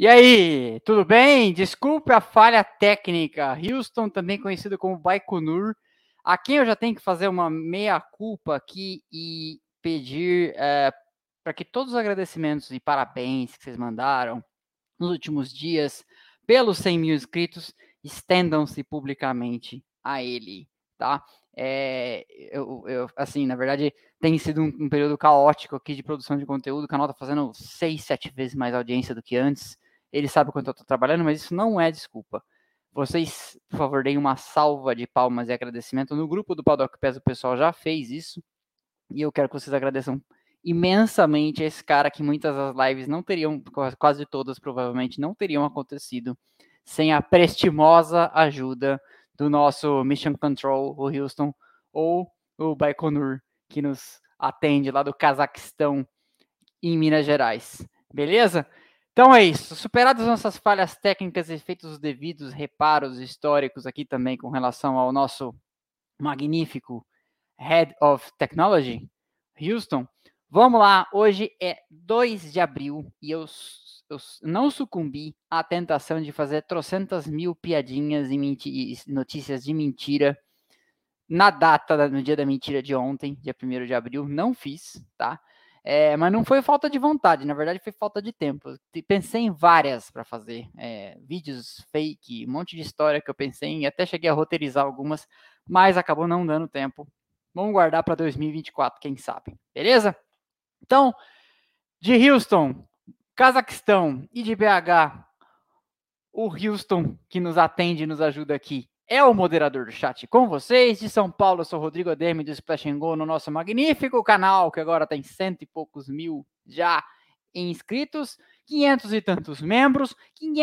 E aí, tudo bem? Desculpe a falha técnica. Houston, também conhecido como Baikonur, a quem eu já tenho que fazer uma meia-culpa aqui e pedir para que todos os agradecimentos e parabéns que vocês mandaram nos últimos dias pelos 100 mil inscritos estendam-se publicamente a ele, tá? Assim, na verdade, tem sido um período caótico aqui de produção de conteúdo. O canal tá fazendo 6, 7 vezes mais audiência do que antes. Ele sabe quanto eu tô trabalhando, mas isso não é desculpa. Vocês, por favor, deem uma salva de palmas e agradecimento. No grupo do Paddock Pass, o pessoal já fez isso. E eu quero que vocês agradeçam imensamente a esse cara que muitas das lives não teriam, quase todas provavelmente, não teriam acontecido sem a prestimosa ajuda do nosso Mission Control, o Houston, ou o Baikonur, que nos atende lá do Cazaquistão, em Minas Gerais. Beleza? Então é isso. Superadas nossas falhas técnicas e feitos os devidos reparos históricos aqui também com relação ao nosso magnífico Head of Technology, Houston, vamos lá. Hoje é 2 de abril e eu não sucumbi à tentação de fazer trocentas mil piadinhas e notícias de mentira na data, no dia da mentira de ontem, dia 1º de abril. Não fiz, tá? Mas não foi falta de vontade, na verdade foi falta de tempo. Pensei em várias para fazer, vídeos fake, um monte de história que eu pensei em, até cheguei a roteirizar algumas, mas acabou não dando tempo. Vamos guardar para 2024, quem sabe, beleza? Então, de Houston, Cazaquistão e de BH, o Houston que nos atende e nos ajuda aqui é o moderador do chat com vocês. De São Paulo, eu sou o Rodrigo Ademi do Splash & Go, no nosso magnífico canal, que agora tem 100 e poucos mil já inscritos, 500 e tantos membros,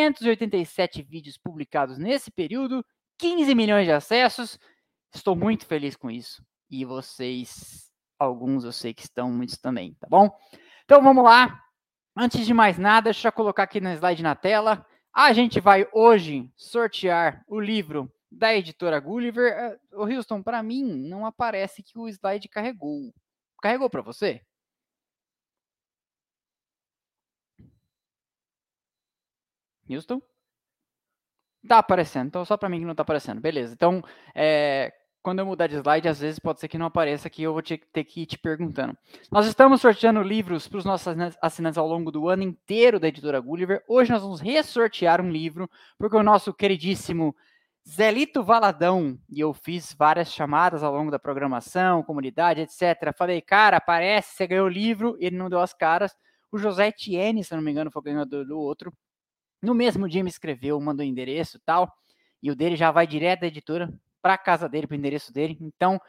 587 vídeos publicados nesse período, 15 milhões de acessos. Estou muito feliz com isso. E vocês, alguns eu sei que estão, muitos também, tá bom? Então vamos lá. Antes de mais nada, deixa eu colocar aqui no slide na tela. A gente vai hoje sortear o livro da editora Gulliver. O Houston, para mim, não aparece que o slide carregou. Carregou para você? Houston? Tá aparecendo, então só para mim que não tá aparecendo. Beleza, então quando eu mudar de slide, às vezes pode ser que não apareça aqui, eu vou ter que ir te perguntando. Nós estamos sorteando livros para os nossos assinantes ao longo do ano inteiro da editora Gulliver. Hoje nós vamos ressortear um livro, porque o nosso queridíssimo Zelito Valadão, e eu fiz várias chamadas ao longo da programação, comunidade, etc. Falei, cara, parece que você ganhou o livro, ele não deu as caras. O José Etienne, se não me engano, foi o ganhador do outro. No mesmo dia me escreveu, mandou o endereço e tal, e o dele já vai direto da editora para a casa dele, para o endereço dele. Então,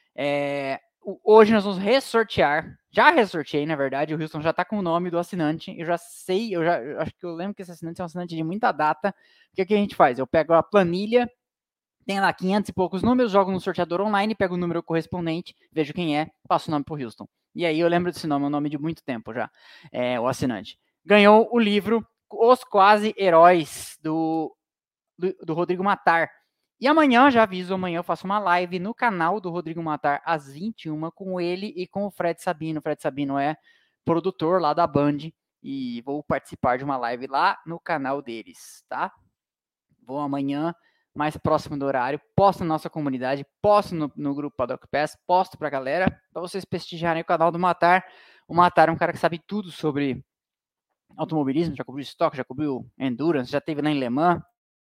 hoje nós vamos ressortear, já ressorteei, na verdade, o Houston já está com o nome do assinante, eu já sei, eu acho que eu lembro que esse assinante é um assinante de muita data. O que a gente faz? Eu pego a planilha, tem lá 500 e poucos números, jogo no sorteador online, pego o número correspondente, vejo quem é, passo o nome para o Houston. E aí eu lembro desse nome, é um nome de muito tempo já, o assinante. Ganhou o livro Os Quase Heróis, do Rodrigo Matar. E amanhã, já aviso, amanhã eu faço uma live no canal do Rodrigo Matar, às 21h, com ele e com o Fred Sabino. O Fred Sabino é produtor lá da Band, e vou participar de uma live lá no canal deles, tá? Vou amanhã, mais próximo do horário, posto na nossa comunidade, posto no grupo Paddock Pass, posto pra galera, pra vocês prestigiarem o canal do Matar. O Matar é um cara que sabe tudo sobre automobilismo, já cobriu estoque, já cobriu endurance, já teve lá em Le Mans,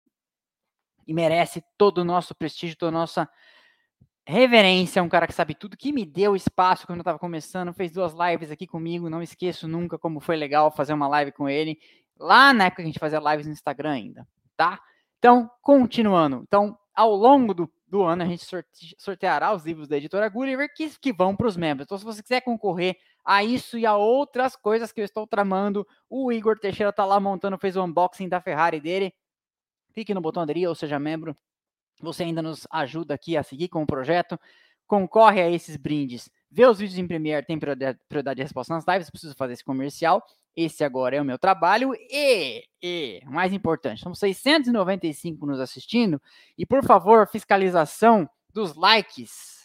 e merece todo o nosso prestígio, toda a nossa reverência. É um cara que sabe tudo, que me deu espaço quando eu estava começando, fez 2 lives aqui comigo, não esqueço nunca como foi legal fazer uma live com ele, lá na época que a gente fazia lives no Instagram ainda, tá? Então, continuando. Então, ao longo do ano, a gente sorteará os livros da editora Gulliver que vão para os membros. Então, se você quiser concorrer a isso e a outras coisas que eu estou tramando, o Igor Teixeira tá lá montando, fez o unboxing da Ferrari dele. Clique no botão aderir ou seja membro. Você ainda nos ajuda aqui a seguir com o projeto. Concorre a esses brindes. Vê os vídeos em Premiere, tem prioridade de resposta nas lives. Preciso fazer esse comercial. Esse agora é o meu trabalho. E mais importante, estamos 695 nos assistindo. E, por favor, fiscalização dos likes.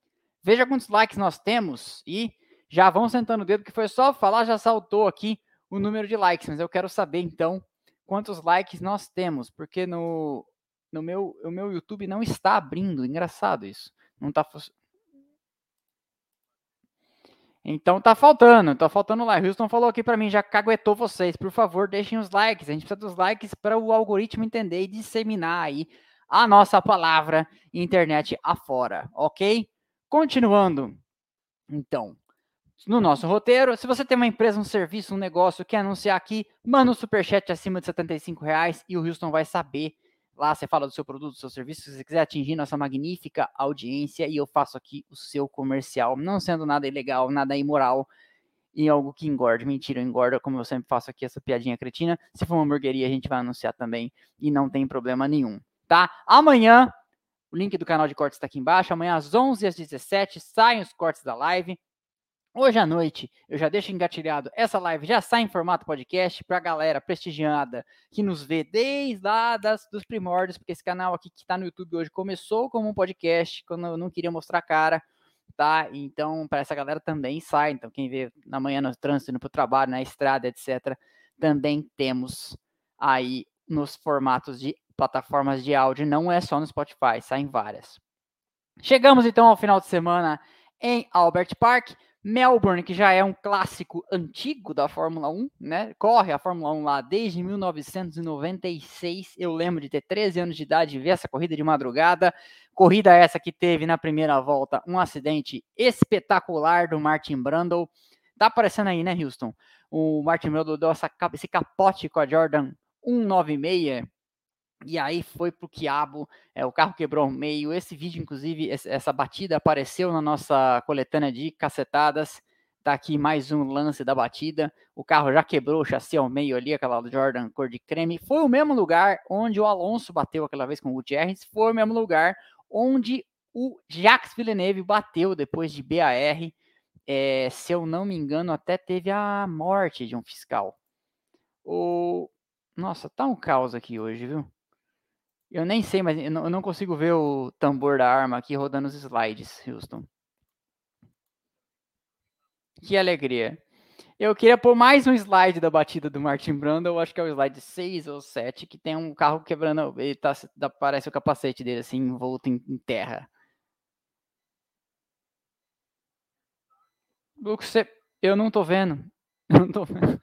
Veja quantos likes nós temos e já vão sentando o dedo, que foi só falar, já saltou aqui o número de likes, mas eu quero saber, então, quantos likes nós temos, porque o meu YouTube não está abrindo, engraçado isso. Não está Então tá faltando like. O Houston falou aqui pra mim, já caguetou vocês. Por favor, deixem os likes. A gente precisa dos likes para o algoritmo entender e disseminar aí a nossa palavra internet afora, ok? Continuando, então, no nosso roteiro, se você tem uma empresa, um serviço, um negócio, quer anunciar aqui, manda um superchat acima de R$75 e o Houston vai saber. Lá você fala do seu produto, do seu serviço, se você quiser atingir nossa magnífica audiência, e eu faço aqui o seu comercial, não sendo nada ilegal, nada imoral, e algo que engorde. Mentira, engorda, como eu sempre faço aqui, essa piadinha cretina. Se for uma hamburgueria, a gente vai anunciar também, e não tem problema nenhum, tá? Amanhã, o link do canal de cortes está aqui embaixo, amanhã às 11 às 17 saem os cortes da live. Hoje à noite, eu já deixo engatilhado, essa live já sai em formato podcast para a galera prestigiada que nos vê desde lá dos primórdios, porque esse canal aqui que está no YouTube hoje começou como um podcast, quando eu não queria mostrar a cara, tá? Então, para essa galera também sai. Então, quem vê na manhã no trânsito, indo para o trabalho, na estrada, etc., também temos aí nos formatos de plataformas de áudio, não é só no Spotify, saem várias. Chegamos então ao final de semana em Albert Park. Melbourne, que já é um clássico antigo da Fórmula 1, né? Corre a Fórmula 1 lá desde 1996. Eu lembro de ter 13 anos de idade e ver essa corrida de madrugada. Corrida essa que teve na primeira volta um acidente espetacular do Martin Brundle. Tá aparecendo aí, né, Houston? O Martin Brundle deu esse capote com a Jordan 196. E aí foi pro quiabo, o carro quebrou ao meio. Esse vídeo, inclusive, essa batida apareceu na nossa coletânea de cacetadas. Tá aqui mais um lance da batida. O carro já quebrou o chassi ao meio ali, aquela Jordan cor de creme. Foi o mesmo lugar onde o Alonso bateu aquela vez com o Gutierrez. Foi o mesmo lugar onde o Jacques Villeneuve bateu depois de BAR. Se eu não me engano, até teve a morte de um fiscal. Nossa, tá um caos aqui hoje, viu? Eu nem sei, mas eu não consigo ver o tambor da arma aqui rodando os slides, Houston. Que alegria. Eu queria pôr mais um slide da batida do Martin Brundle, acho que é o slide 6 ou 7, que tem um carro quebrando, ele parece o capacete dele, assim, envolto em terra. Lucas, eu não tô vendo. Eu não tô vendo.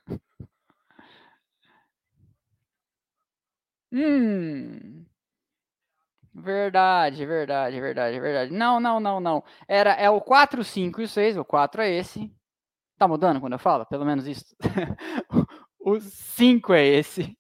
Verdade. Não. É o 4, 5 e o 6. O 4 é esse. Tá mudando quando eu falo? Pelo menos isso. O 5 é esse.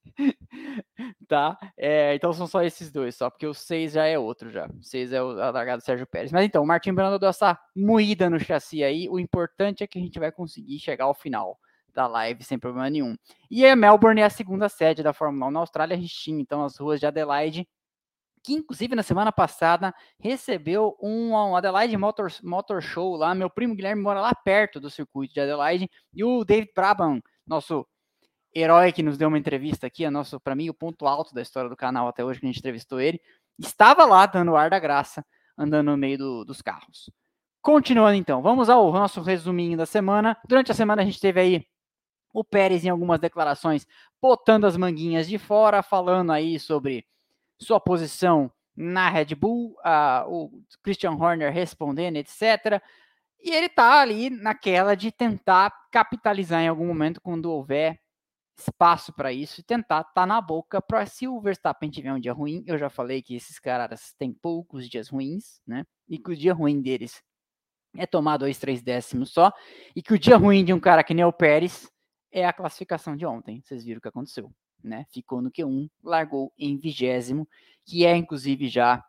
Tá? Então são só esses dois, só porque o 6 já é outro já. O 6 é a largada do Sérgio Pérez. Mas então, o Martin Brundle deu essa moída no chassi aí. O importante é que a gente vai conseguir chegar ao final da live sem problema nenhum. E a Melbourne é a segunda sede da Fórmula 1 na Austrália. A gente tinha então as ruas de Adelaide, que inclusive na semana passada recebeu um Adelaide Motor Show lá. Meu primo Guilherme mora lá perto do circuito de Adelaide, e o David Brabham, nosso herói que nos deu uma entrevista aqui, para mim, o ponto alto da história do canal até hoje, que a gente entrevistou ele, estava lá dando o ar da graça, andando no meio dos carros. Continuando então, vamos ao nosso resuminho da semana. Durante a semana a gente teve aí o Pérez em algumas declarações botando as manguinhas de fora, falando aí sobre sua posição na Red Bull, o Christian Horner respondendo, etc. E ele tá ali naquela de tentar capitalizar em algum momento quando houver espaço para isso e tentar estar na boca para, se o Verstappen tiver um dia ruim. Eu já falei que esses caras têm poucos dias ruins, né? E que o dia ruim deles é tomar 2, 3 décimos só, e que o dia ruim de um cara que nem o Pérez é a classificação de ontem. Vocês viram o que aconteceu, né? Ficou no Q1, largou em 20º, que é inclusive já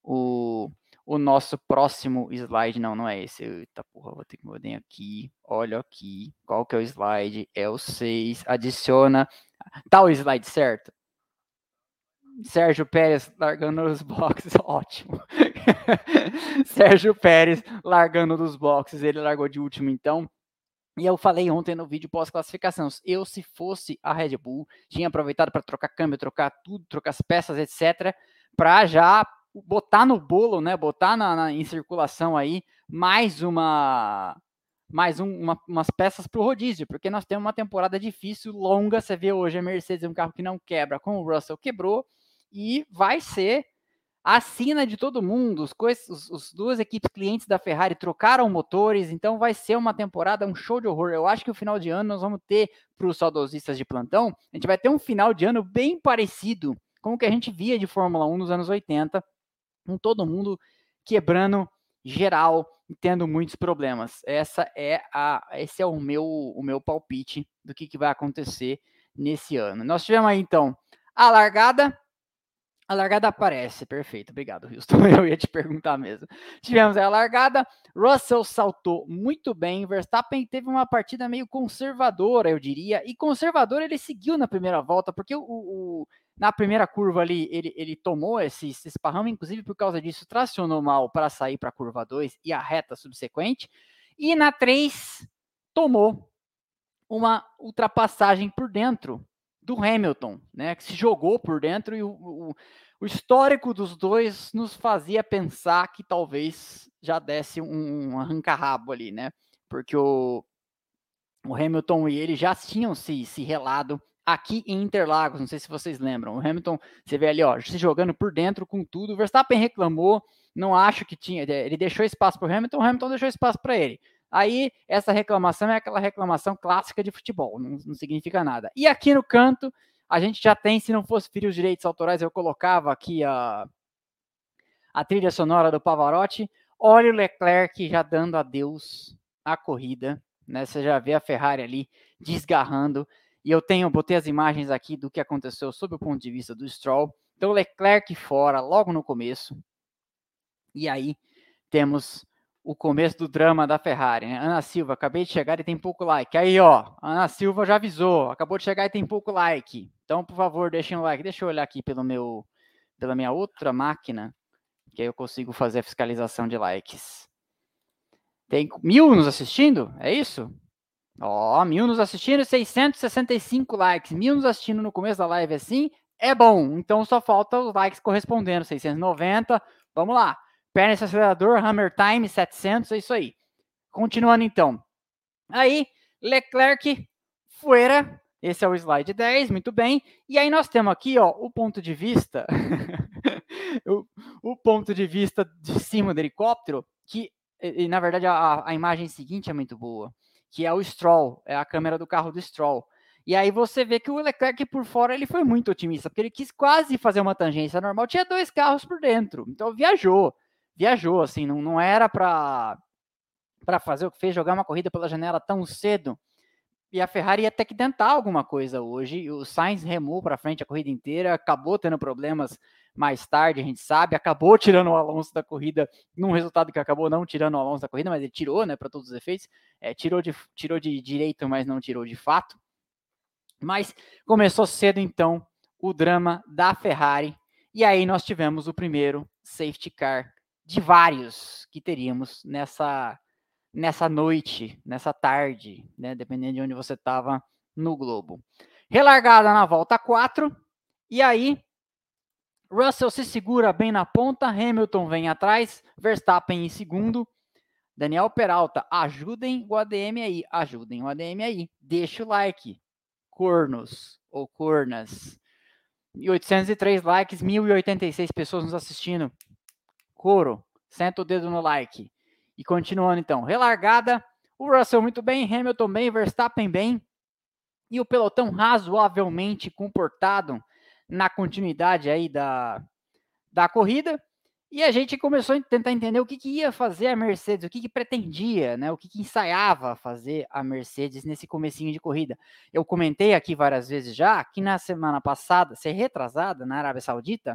o nosso próximo slide. Não é esse. Eita porra, vou ter que mudar aqui. Olha aqui, qual que é o slide? É o 6, adiciona. Tá o slide certo? Sérgio Pérez largando os boxes, ótimo. Sérgio Pérez largando dos boxes, ele largou de último então. E eu falei ontem no vídeo pós-classificação, eu, se fosse a Red Bull, tinha aproveitado para trocar câmbio, trocar tudo, trocar as peças, etc, para já botar no bolo, né, botar em circulação aí mais uma mais umas peças para o rodízio, porque nós temos uma temporada difícil, longa. Você vê hoje a Mercedes é um carro que não quebra, como o Russell quebrou, e vai ser a sina de todo mundo. Os duas equipes clientes da Ferrari trocaram motores, então vai ser uma temporada, um show de horror. Eu acho que o final de ano nós vamos ter, para os saudosistas de plantão, a gente vai ter um final de ano bem parecido com o que a gente via de Fórmula 1 nos anos 80, com todo mundo quebrando geral e tendo muitos problemas. Esse é o meu palpite do que vai acontecer nesse ano. Nós tivemos aí, então, a largada. A largada aparece, perfeito, obrigado, Houston. Eu ia te perguntar mesmo. Tivemos a largada, Russell saltou muito bem, Verstappen teve uma partida meio conservadora, eu diria, e conservador ele seguiu na primeira volta, porque na primeira curva ali ele tomou esse esparramo, inclusive por causa disso tracionou mal para sair para a curva 2 e a reta subsequente, e na 3 tomou uma ultrapassagem por dentro do Hamilton, né, que se jogou por dentro, e o histórico dos dois nos fazia pensar que talvez já desse um arranca-rabo ali, né, porque o Hamilton e ele já tinham se relado aqui em Interlagos, não sei se vocês lembram, o Hamilton, você vê ali, ó, se jogando por dentro com tudo, o Verstappen reclamou, não acho que tinha, ele deixou espaço para o Hamilton deixou espaço para ele. Aí, essa reclamação é aquela reclamação clássica de futebol, não significa nada. E aqui no canto, a gente já tem, se não fosse ferir os direitos autorais, eu colocava aqui a trilha sonora do Pavarotti. Olha o Leclerc já dando adeus à corrida, né? Você já vê a Ferrari ali desgarrando. E eu botei as imagens aqui do que aconteceu sob o ponto de vista do Stroll. Então, Leclerc fora logo no começo. E aí, temos o começo do drama da Ferrari, né? Ana Silva, acabei de chegar e tem pouco like. Aí, ó, Ana Silva já avisou, acabou de chegar e tem pouco like. Então, por favor, deixem o like. Deixa eu olhar aqui pela minha outra máquina, que aí eu consigo fazer a fiscalização de likes. Tem 1000 nos assistindo? É isso? Ó, 1000 nos assistindo e 665 likes. 1000 nos assistindo no começo da live assim, é bom. Então só falta os likes correspondendo. 690, vamos lá. Pé nesse acelerador, Hammer Time 700, é isso aí. Continuando então. Aí, Leclerc fuera. Esse é o slide 10, muito bem. E aí nós temos aqui, ó, o ponto de vista, o ponto de vista de cima do helicóptero, que, e, na verdade, a imagem seguinte é muito boa, que é o Stroll, é a câmera do carro do Stroll. E aí você vê que o Leclerc por fora ele foi muito otimista, porque ele quis quase fazer uma tangência normal, tinha 2 carros por dentro, então viajou, assim, não era para fazer o que fez, jogar uma corrida pela janela tão cedo. E a Ferrari ia ter que tentar alguma coisa hoje. O Sainz remou para frente a corrida inteira, acabou tendo problemas mais tarde, a gente sabe, acabou tirando o Alonso da corrida, num resultado que acabou não tirando o Alonso da corrida, mas ele tirou, né, para todos os efeitos. Tirou de direito, mas não tirou de fato. Mas começou cedo, então, o drama da Ferrari. E aí nós tivemos o primeiro safety car de vários que teríamos nessa noite, nessa tarde, né, dependendo de onde você estava no globo. Relargada na volta 4, e aí Russell se segura bem na ponta, Hamilton vem atrás, Verstappen em segundo, Daniel Peralta, ajudem o ADM aí, deixa o like, cornos ou cornas, 803 likes, 1086 pessoas nos assistindo, coro, senta o dedo no like. E continuando então, relargada, o Russell muito bem, Hamilton bem, Verstappen bem, e o pelotão razoavelmente comportado na continuidade aí da corrida. E a gente começou a tentar entender o que ia fazer a Mercedes, o que pretendia, né? O que ensaiava fazer a Mercedes nesse comecinho de corrida. Eu comentei aqui várias vezes já que na semana passada, ser retrasada, na Arábia Saudita,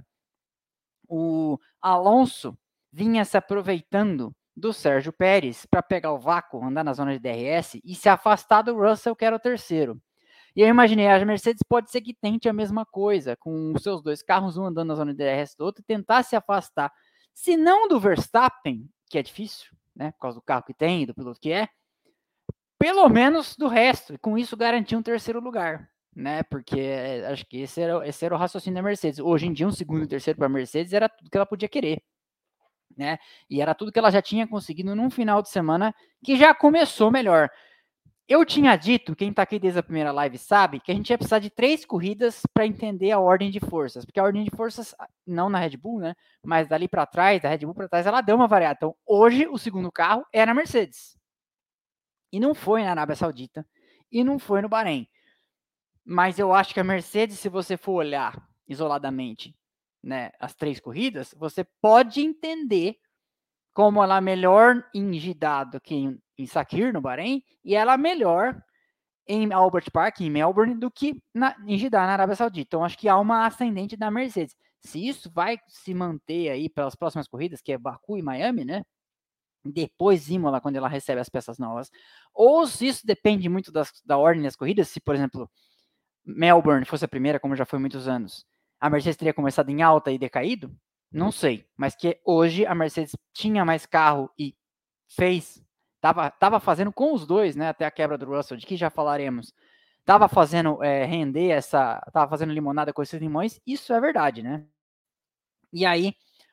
o Alonso vinha se aproveitando do Sérgio Pérez para pegar o vácuo, andar na zona de DRS e se afastar do Russell, que era o terceiro. E eu imaginei, a Mercedes pode ser que tente a mesma coisa, com os seus 2 carros, um andando na zona de DRS do outro, e tentar se afastar, se não do Verstappen, que é difícil, né, por causa do carro que tem e do piloto que é, pelo menos do resto, e com isso garantir um terceiro lugar, né, porque acho que esse era o raciocínio da Mercedes. Hoje em dia, um segundo e terceiro para a Mercedes era tudo que ela podia querer. né? E era tudo que ela já tinha conseguido num final de semana que já começou melhor. Eu tinha dito, quem tá aqui desde a primeira live sabe, que a gente ia precisar de 3 corridas para entender a ordem de forças, porque a ordem de forças, não na Red Bull, né, mas dali para trás, da Red Bull para trás, ela deu uma variada. Então, hoje, o segundo carro era a Mercedes. E não foi na Arábia Saudita, e não foi no Bahrein. Mas eu acho que a Mercedes, se você for olhar isoladamente, né, as 3 corridas, você pode entender como ela é melhor em Jeddah do que em Sakir, no Bahrein, e ela é melhor em Albert Park, em Melbourne, do que em Jeddah, na Arábia Saudita. Então, acho que há uma ascendente da Mercedes. Se isso vai se manter aí pelas próximas corridas, que é Baku e Miami, né? Depois Imola, quando ela recebe as peças novas, ou se isso depende muito da ordem das corridas, se, por exemplo, Melbourne fosse a primeira, como já foi há muitos anos, a Mercedes teria começado em alta e decaído? Não sei, mas que hoje a Mercedes tinha mais carro e fez, tava fazendo com os dois, né, até a quebra do Russell, de que já falaremos, tava fazendo render tava fazendo limonada com esses limões, isso é verdade, né? E aí,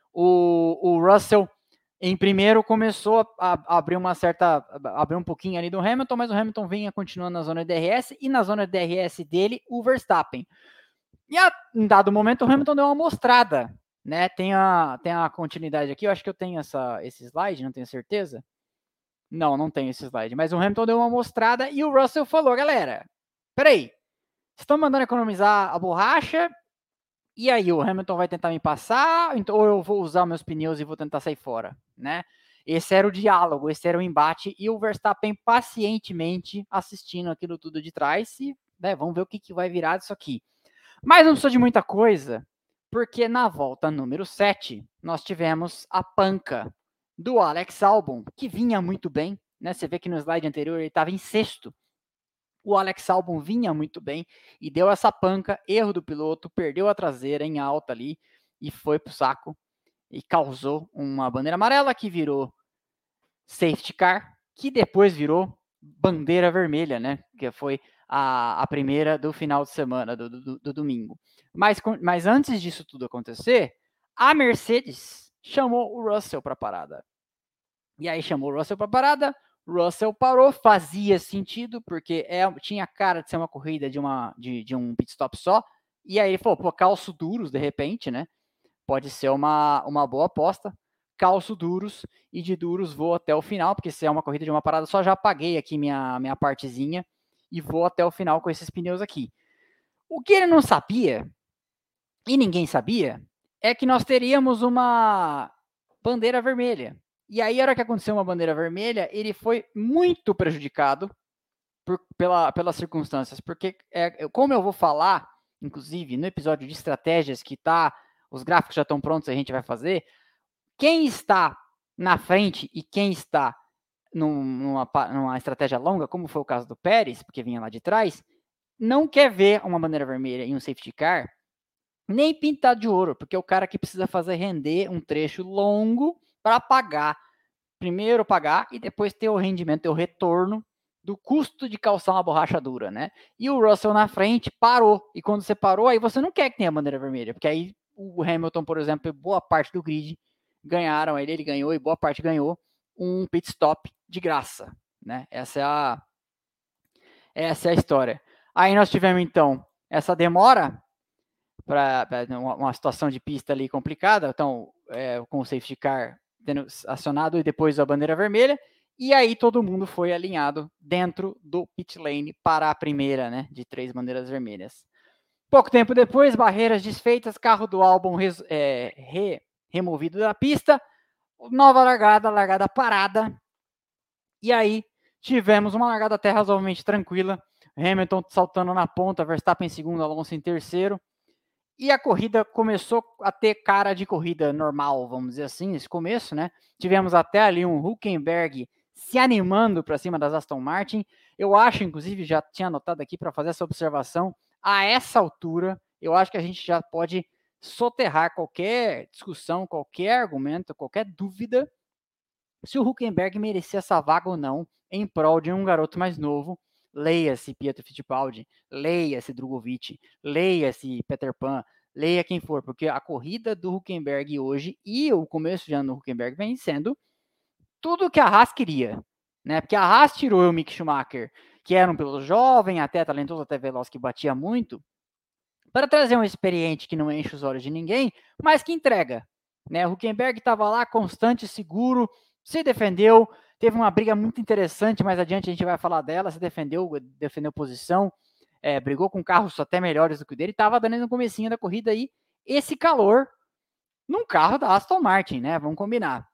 o Russell, em primeiro, começou a abrir abrir um pouquinho ali do Hamilton, mas o Hamilton vinha continuando na zona de DRS, e na zona de DRS dele, o Verstappen. E em dado momento, o Hamilton deu uma mostrada, né? Tem a continuidade aqui, eu acho que eu tenho esse slide, não tenho certeza. Não tenho esse slide, mas o Hamilton deu uma mostrada e o Russell falou, galera, peraí, vocês estão mandando economizar a borracha, e aí o Hamilton vai tentar me passar, ou eu vou usar meus pneus e vou tentar sair fora, né? Esse era o diálogo, esse era o embate, e o Verstappen pacientemente assistindo aquilo tudo de trás, e vamos ver o que vai virar disso aqui. Mas não precisou de muita coisa, porque na volta número 7, nós tivemos a panca do Alex Albon, que vinha muito bem, né? Você vê que no slide anterior ele estava em sexto. O Alex Albon vinha muito bem e deu essa panca, erro do piloto, perdeu a traseira em alta ali e foi pro saco e causou uma bandeira amarela que virou safety car, que depois virou bandeira vermelha, né? Que foi a primeira do final de semana, do domingo. Mas antes disso tudo acontecer, a Mercedes chamou o Russell para a parada. E aí chamou o Russell para a parada, Russell parou, fazia sentido, porque tinha cara de ser uma corrida de um pit stop só, e aí ele falou, pô, calço duros de repente, né? Pode ser uma boa aposta. Calço duros e de duros vou até o final, porque se é uma corrida de uma parada só, já paguei aqui minha partezinha e vou até o final com esses pneus aqui. O que ele não sabia, e ninguém sabia, é que nós teríamos uma bandeira vermelha. E aí, a hora que aconteceu uma bandeira vermelha, ele foi muito prejudicado pelas circunstâncias, porque como eu vou falar, inclusive, no episódio de estratégias que os gráficos já estão prontos, a gente vai fazer, quem está na frente e quem está numa estratégia longa, como foi o caso do Pérez, porque vinha lá de trás, não quer ver uma bandeira vermelha em um safety car, nem pintado de ouro, porque é o cara que precisa fazer render um trecho longo para pagar. Primeiro pagar e depois ter o rendimento, ter o retorno do custo de calçar uma borracha dura, né? E o Russell na frente parou. E quando você parou, aí você não quer que tenha a bandeira vermelha, porque aí o Hamilton, por exemplo, boa parte do grid ganharam, ele ganhou e boa parte ganhou um pit stop de graça, né? Essa é a história. Aí nós tivemos então essa demora para uma situação de pista ali complicada, então com o safety car tendo acionado e depois a bandeira vermelha, e aí todo mundo foi alinhado dentro do pit lane para a primeira, né, de 3 bandeiras vermelhas. Pouco tempo depois, barreiras desfeitas, carro do Albon removido da pista, nova largada parada, e aí tivemos uma largada até razoavelmente tranquila, Hamilton saltando na ponta, Verstappen em segundo, Alonso em terceiro, e a corrida começou a ter cara de corrida normal, vamos dizer assim, nesse começo, né? Tivemos até ali um Hülkenberg se animando para cima das Aston Martin. Eu acho, inclusive, já tinha anotado aqui para fazer essa observação, a essa altura, eu acho que a gente já pode soterrar qualquer discussão, qualquer argumento, qualquer dúvida, se o Hülkenberg merecia essa vaga ou não, em prol de um garoto mais novo. Leia-se Pietro Fittipaldi, leia-se Drogovic, leia-se Peter Pan, leia quem for, porque a corrida do Hülkenberg hoje e o começo de ano do Hülkenberg vem sendo tudo que a Haas queria, né? Porque a Haas tirou o Mick Schumacher, que era um piloto jovem, até talentoso, até veloz, que batia muito, para trazer um experiente que não enche os olhos de ninguém, mas que entrega. Né? O Hülkenberg estava lá, constante, seguro, se defendeu, teve uma briga muito interessante, mais adiante a gente vai falar dela, se defendeu posição, brigou com carros até melhores do que o dele, estava dando no comecinho da corrida aí esse calor num carro da Aston Martin, né? Vamos combinar.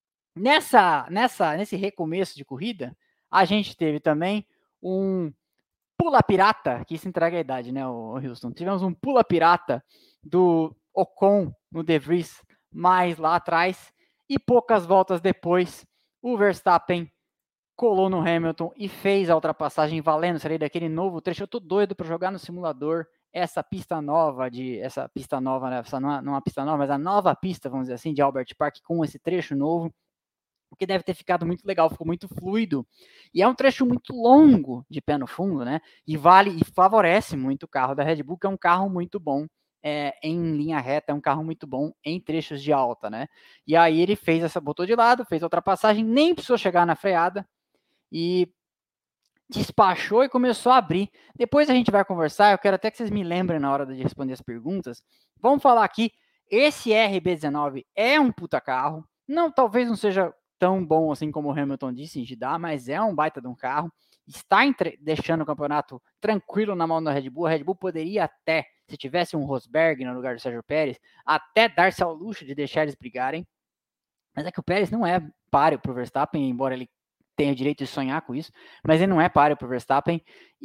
Nesse recomeço de corrida, a gente teve também um pula pirata, que isso entrega a idade, né, o Houston? Tivemos um pula pirata do Ocon no De Vries mais lá atrás, e poucas voltas depois, o Verstappen colou no Hamilton e fez a ultrapassagem valendo sair daquele novo trecho. Eu tô doido para jogar no simulador essa pista nova, né? Essa não é uma pista nova, mas a nova pista, vamos dizer assim, de Albert Park com esse trecho novo, o que deve ter ficado muito legal, ficou muito fluido. E é um trecho muito longo de pé no fundo, né? E favorece muito o carro da Red Bull, que é um carro muito bom em linha reta, é um carro muito bom em trechos de alta, né? E aí ele botou de lado, fez a ultrapassagem, nem precisou chegar na freada e despachou e começou a abrir. Depois a gente vai conversar, eu quero até que vocês me lembrem na hora de responder as perguntas. Vamos falar aqui, esse RB19 é um puta carro, talvez não seja tão bom assim como o Hamilton disse em Jeddah, mas é um baita de um carro, está deixando o campeonato tranquilo na mão da Red Bull. A Red Bull poderia até, se tivesse um Rosberg no lugar do Sérgio Pérez, até dar-se ao luxo de deixar eles brigarem, mas é que o Pérez não é páreo para o Verstappen, embora ele tenha o direito de sonhar com isso, mas ele não é páreo para o Verstappen,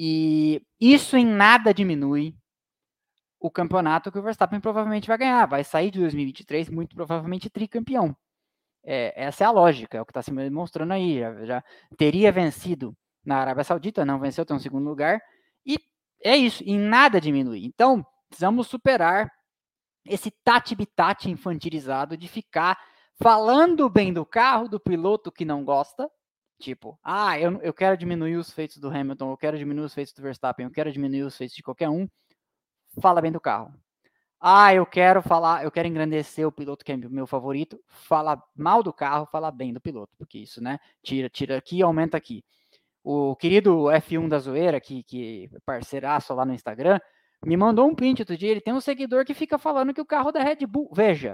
e isso em nada diminui o campeonato que o Verstappen provavelmente vai ganhar, vai sair de 2023 muito provavelmente tricampeão. Essa é a lógica, é o que está se demonstrando aí. Já teria vencido na Arábia Saudita, não venceu, tem um segundo lugar, e é isso, em nada diminui. Então, precisamos superar esse tati-bitati infantilizado de ficar falando bem do carro, do piloto que não gosta, tipo, eu quero diminuir os feitos do Hamilton, eu quero diminuir os feitos do Verstappen, eu quero diminuir os feitos de qualquer um, fala bem do carro. Eu quero engrandecer o piloto que é meu favorito, fala mal do carro, fala bem do piloto, porque isso, né, tira aqui, aumenta aqui. O querido F1 da Zoeira, que é parceiraço lá no Instagram, me mandou um print outro dia, ele tem um seguidor que fica falando que o carro da Red Bull, veja,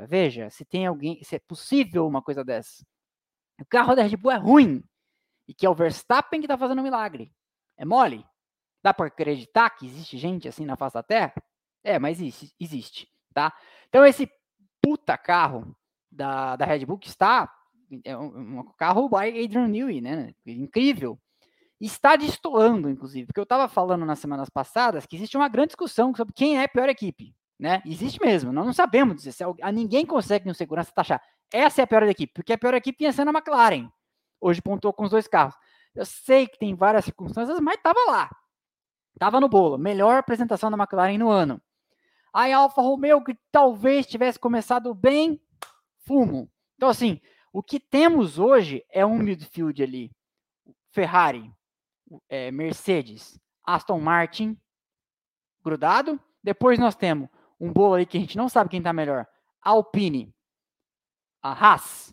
se é possível uma coisa dessa. O carro da Red Bull é ruim, e que é o Verstappen que tá fazendo um milagre. É mole? Dá para acreditar que existe gente assim na face da Terra? Mas existe, tá? Então esse puta carro da Red Bull que está, um carro by Adrian Newey, né? Incrível. Está destoando, inclusive, porque eu estava falando nas semanas passadas que existe uma grande discussão sobre quem é a pior equipe, né? Existe mesmo, nós não sabemos dizer, ninguém consegue no segurança taxar. Essa é a pior equipe, porque a pior equipe ia sendo a McLaren. Hoje pontuou com os dois carros. Eu sei que tem várias circunstâncias, mas estava lá. Estava no bolo. Melhor apresentação da McLaren no ano. Aí a Alfa Romeo, que talvez tivesse começado bem, fumo. Então, assim, o que temos hoje é um midfield ali. Ferrari, Mercedes, Aston Martin, grudado. Depois nós temos um bolo aí que a gente não sabe quem está melhor. Alpine, a Haas.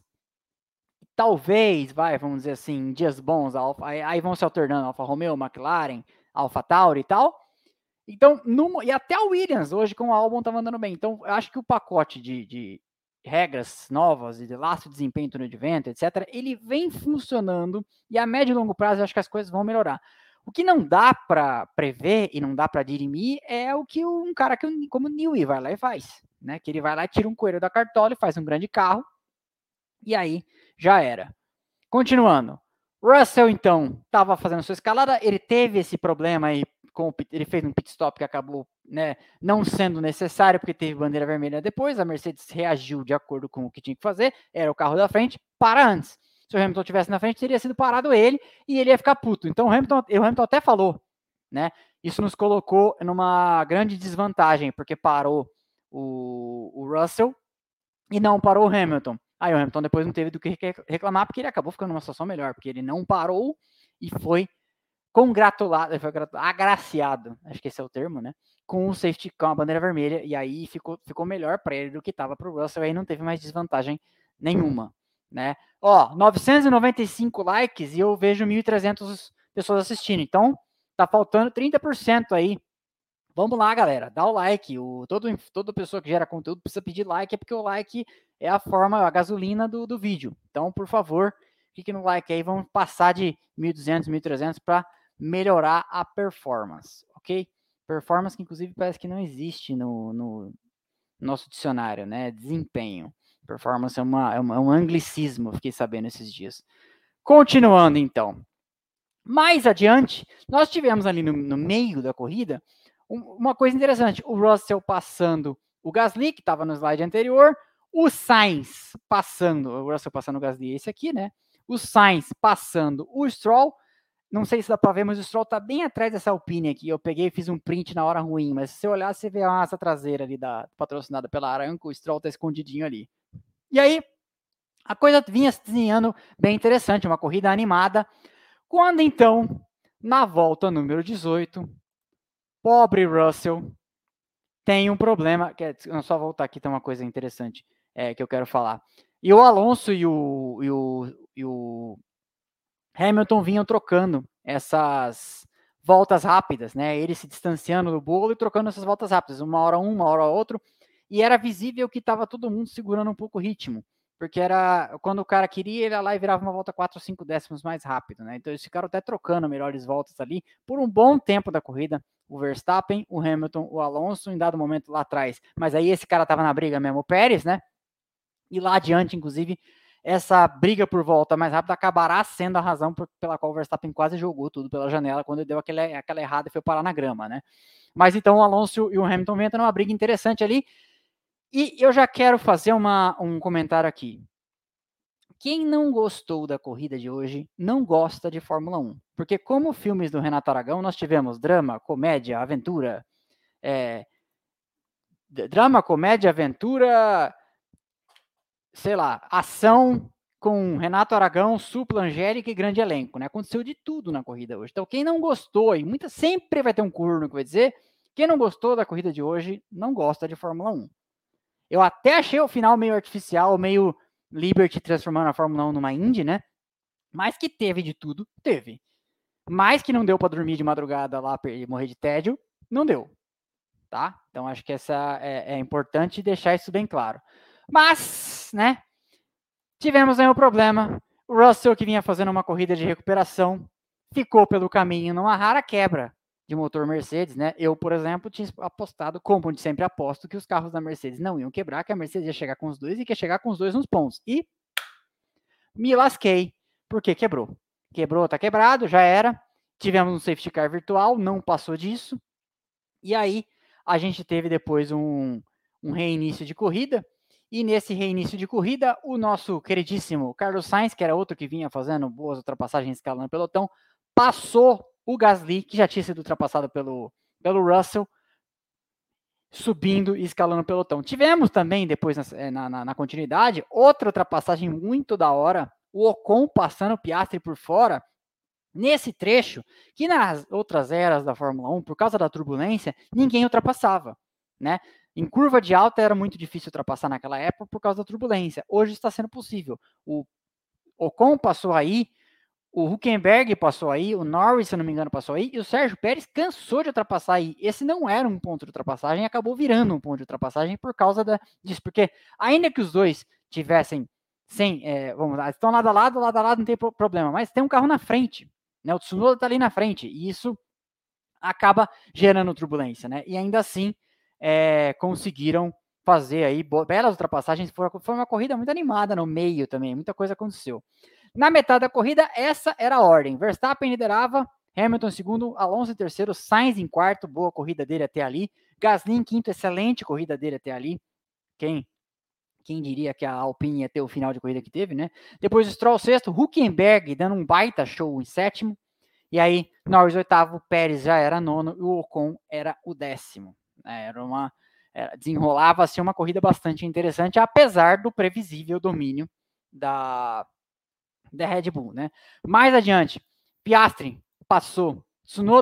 Talvez, vamos dizer assim, em dias bons, aí vão se alternando Alfa Romeo, McLaren, Alfa Tauri e tal. Então, e até a Williams, hoje com o Albon tá andando bem. Então, eu acho que o pacote de regras novas e de laço de desempenho, túnel de vento, etc., ele vem funcionando e a médio e longo prazo eu acho que as coisas vão melhorar. O que não dá para prever e não dá para dirimir é o que um cara como o Newey vai lá e faz, né? Que ele vai lá e tira um coelho da cartola e faz um grande carro e aí já era. Continuando. Russell, então, estava fazendo sua escalada, ele teve esse problema aí, ele fez um pit stop que acabou, né, não sendo necessário, porque teve bandeira vermelha depois, a Mercedes reagiu de acordo com o que tinha que fazer, era o carro da frente, para antes. Se o Hamilton estivesse na frente, teria sido parado ele, e ele ia ficar puto. Então o Hamilton até falou, né, isso nos colocou numa grande desvantagem, porque parou o Russell e não parou o Hamilton. Aí o Hamilton depois não teve do que reclamar, porque ele acabou ficando numa situação melhor, porque ele não parou e foi congratulado, agraciado, acho que esse é o termo, né? com o safety com a bandeira vermelha, e aí ficou melhor para ele do que estava para o Russell, aí não teve mais desvantagem nenhuma, né? Ó, 995 likes e eu vejo 1.300 pessoas assistindo, então tá faltando 30% aí. Vamos lá, galera, dá o like. Toda pessoa que gera conteúdo precisa pedir like, é porque o like é a gasolina do vídeo. Então, por favor, clique no like aí, vamos passar de 1.200, 1.300 para melhorar a performance, ok? Performance que, inclusive, parece que não existe no nosso dicionário, né? Desempenho. Performance é um anglicismo, fiquei sabendo esses dias. Continuando, então. Mais adiante, nós tivemos ali no meio da corrida uma coisa interessante. O Russell passando o Gasly, que estava no slide anterior, o Sainz passando, o Russell passando o Gasly, esse aqui, né? O Sainz passando o Stroll. Não sei se dá para ver, mas o Stroll tá bem atrás dessa Alpine aqui. Eu peguei e fiz um print na hora ruim, mas se você olhar, você vê a asa traseira ali patrocinada pela Aramco, o Stroll tá escondidinho ali. E aí, a coisa vinha se desenhando bem interessante, uma corrida animada. Quando então, na volta número 18, pobre Russell tem um problema. Só voltar aqui, tem uma coisa interessante que eu quero falar. E o Alonso e o Hamilton vinham trocando essas voltas rápidas, né? Ele se distanciando do bolo e trocando essas voltas rápidas, uma hora uma hora outro. E era visível que estava todo mundo segurando um pouco o ritmo. Porque era quando o cara queria, ele ia lá e virava uma volta 4 ou 5 décimos mais rápido, né? Então eles ficaram até trocando melhores voltas ali por um bom tempo da corrida. O Verstappen, o Hamilton, o Alonso, em dado momento lá atrás. Mas aí esse cara tava na briga mesmo, o Pérez, né? E lá adiante, inclusive, essa briga por volta mais rápida acabará sendo a razão pela qual o Verstappen quase jogou tudo pela janela quando deu aquela errada e foi parar na grama, né? Mas então o Alonso e o Hamilton vêm numa briga interessante ali. E eu já quero fazer um comentário aqui. Quem não gostou da corrida de hoje não gosta de Fórmula 1. Porque como filmes do Renato Aragão, nós tivemos drama, comédia, aventura. Drama, comédia, aventura, sei lá, ação com Renato Aragão, Supla, Angélica e grande elenco, né? Aconteceu de tudo na corrida hoje. Então, quem não gostou, e sempre vai ter um corno que vai dizer, quem não gostou da corrida de hoje não gosta de Fórmula 1. Eu até achei o final meio artificial, meio Liberty transformando a Fórmula 1 numa Indy, né? Mas que teve de tudo, teve. Mas que não deu para dormir de madrugada lá e morrer de tédio, não deu. Tá? Então acho que essa é importante deixar isso bem claro. Mas, né? Tivemos aí um problema. O Russell, que vinha fazendo uma corrida de recuperação, ficou pelo caminho numa rara quebra de motor Mercedes, né? Eu, por exemplo, tinha apostado, como sempre aposto, que os carros da Mercedes não iam quebrar, que a Mercedes ia chegar com os dois e que ia chegar com os dois nos pontos. E me lasquei, porque quebrou. Quebrou, tá quebrado, já era. Tivemos um safety car virtual, não passou disso. E aí, a gente teve depois um reinício de corrida. E nesse reinício de corrida, o nosso queridíssimo Carlos Sainz, que era outro que vinha fazendo boas ultrapassagens escalando o pelotão, passou o Gasly, que já tinha sido ultrapassado pelo Russell, subindo e escalando o pelotão. Tivemos também, depois na continuidade, outra ultrapassagem muito da hora, o Ocon passando o Piastri por fora, nesse trecho, que nas outras eras da Fórmula 1, por causa da turbulência, ninguém ultrapassava, né? Em curva de alta era muito difícil ultrapassar naquela época por causa da turbulência. Hoje está sendo possível. O Ocon passou aí, o Hülkenberg passou aí, o Norris, se não me engano, passou aí, e o Sérgio Pérez cansou de ultrapassar aí. Esse não era um ponto de ultrapassagem, e acabou virando um ponto de ultrapassagem por causa disso. Porque ainda que os dois tivessem vamos lá, estão lado a lado não tem problema, mas tem um carro na frente, né? O Tsunoda está ali na frente, e isso acaba gerando turbulência, né? E ainda assim conseguiram fazer aí belas ultrapassagens. Foi uma corrida muito animada no meio também, muita coisa aconteceu. Na metade da corrida, essa era a ordem. Verstappen liderava, Hamilton em segundo, Alonso em terceiro, Sainz em quarto, boa corrida dele até ali. Gasly em quinto, excelente corrida dele até ali. Quem diria que a Alpine ia ter o final de corrida que teve, né? Depois o Stroll sexto, Hülkenberg dando um baita show em sétimo. E aí, Norris oitavo, Pérez já era nono e o Ocon era o décimo. Desenrolava-se uma corrida bastante interessante, apesar do previsível domínio da Red Bull, né? Mais adiante, Piastri passou Tsunoda,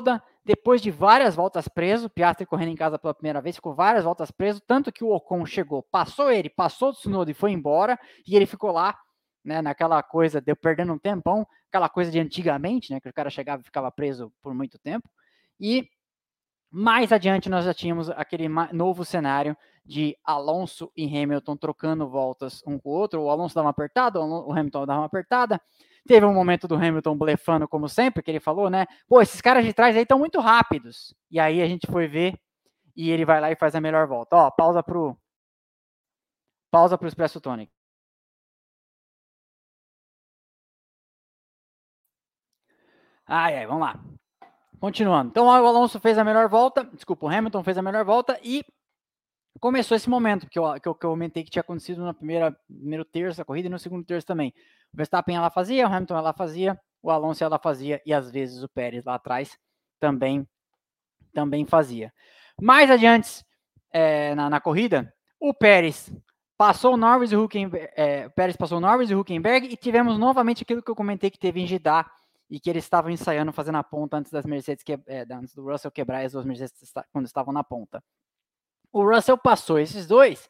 depois de várias voltas preso, Piastri correndo em casa pela primeira vez, ficou várias voltas preso, tanto que o Ocon chegou, passou o Tsunoda e foi embora, e ele ficou lá, né, naquela coisa, deu perdendo um tempão, aquela coisa de antigamente, né, que o cara chegava e ficava preso por muito tempo, e mais adiante nós já tínhamos aquele novo cenário de Alonso e Hamilton trocando voltas um com o outro, o Alonso dava uma apertada, o Hamilton dava uma apertada. Teve um momento do Hamilton blefando, como sempre, que ele falou, né? Pô, esses caras de trás aí estão muito rápidos. E aí a gente foi ver e ele vai lá e faz a melhor volta. Ó, pausa pro Espresso Tonic. Ai, vamos lá. Continuando. Então, o Alonso fez a melhor volta, desculpa, o Hamilton fez a melhor volta e começou esse momento que eu comentei que tinha acontecido na primeiro terço da corrida e no segundo terço também. O Verstappen ela fazia, o Hamilton ela fazia, o Alonso ela fazia e às vezes o Pérez lá atrás também fazia. Mais adiante na corrida, o Pérez passou o Norris e o Hülkenberg e tivemos novamente aquilo que eu comentei que teve em Jeddah e que eles estavam ensaiando fazendo a ponta antes das Mercedes antes do Russell quebrar as duas Mercedes quando estavam na ponta. O Russell passou esses dois,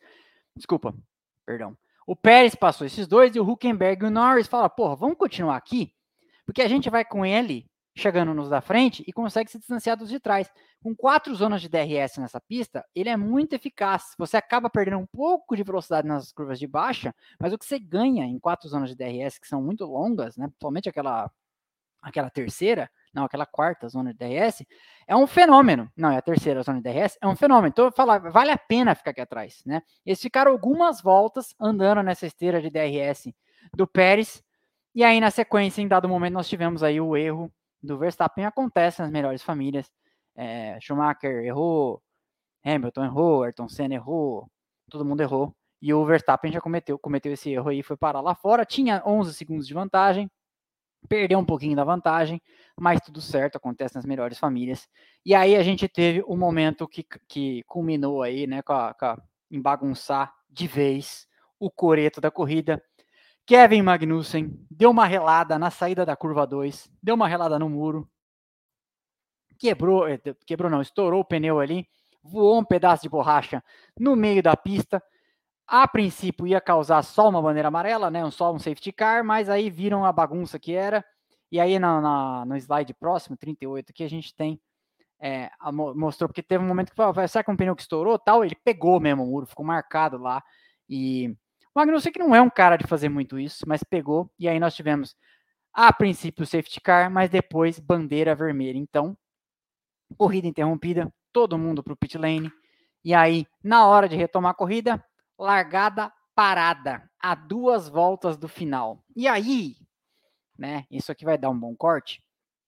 o Pérez passou esses dois e o Hülkenberg e o Norris falaram, porra, vamos continuar aqui, porque a gente vai com ele chegando nos da frente e consegue se distanciar dos de trás. Com 4 zonas de DRS nessa pista, ele é muito eficaz. Você acaba perdendo um pouco de velocidade nas curvas de baixa, mas o que você ganha em 4 zonas de DRS, que são muito longas, né, principalmente aquela terceira, não, aquela quarta zona de DRS, é um fenômeno. Não, é a terceira zona de DRS, é um fenômeno. Então, eu falo, vale a pena ficar aqui atrás, né? Eles ficaram algumas voltas andando nessa esteira de DRS do Pérez, e aí, na sequência, em dado momento, nós tivemos aí o erro do Verstappen. Acontece nas melhores famílias. Schumacher errou, Hamilton errou, Ayrton Senna errou, todo mundo errou. E o Verstappen já cometeu esse erro aí, foi parar lá fora. Tinha 11 segundos de vantagem, perdeu um pouquinho da vantagem, mas tudo certo, acontece nas melhores famílias. E aí a gente teve um momento que culminou aí, né, em bagunçar de vez o coreto da corrida. Kevin Magnussen deu uma relada na saída da curva 2, deu uma relada no muro, estourou o pneu ali, voou um pedaço de borracha no meio da pista. A princípio ia causar só uma bandeira amarela, né? Só um safety car, mas aí viram a bagunça que era. E aí no slide próximo, 38, que a gente tem, mostrou, porque teve um momento que falou, será que um pneu que estourou tal? Ele pegou mesmo o muro, ficou marcado lá. E o Magnussen que não é um cara de fazer muito isso, mas pegou. E aí nós tivemos, a princípio, o safety car, mas depois bandeira vermelha. Então, corrida interrompida, todo mundo para o pit lane. E aí, na hora de retomar a corrida, largada parada, a 2 voltas do final. E aí, né, isso aqui vai dar um bom corte.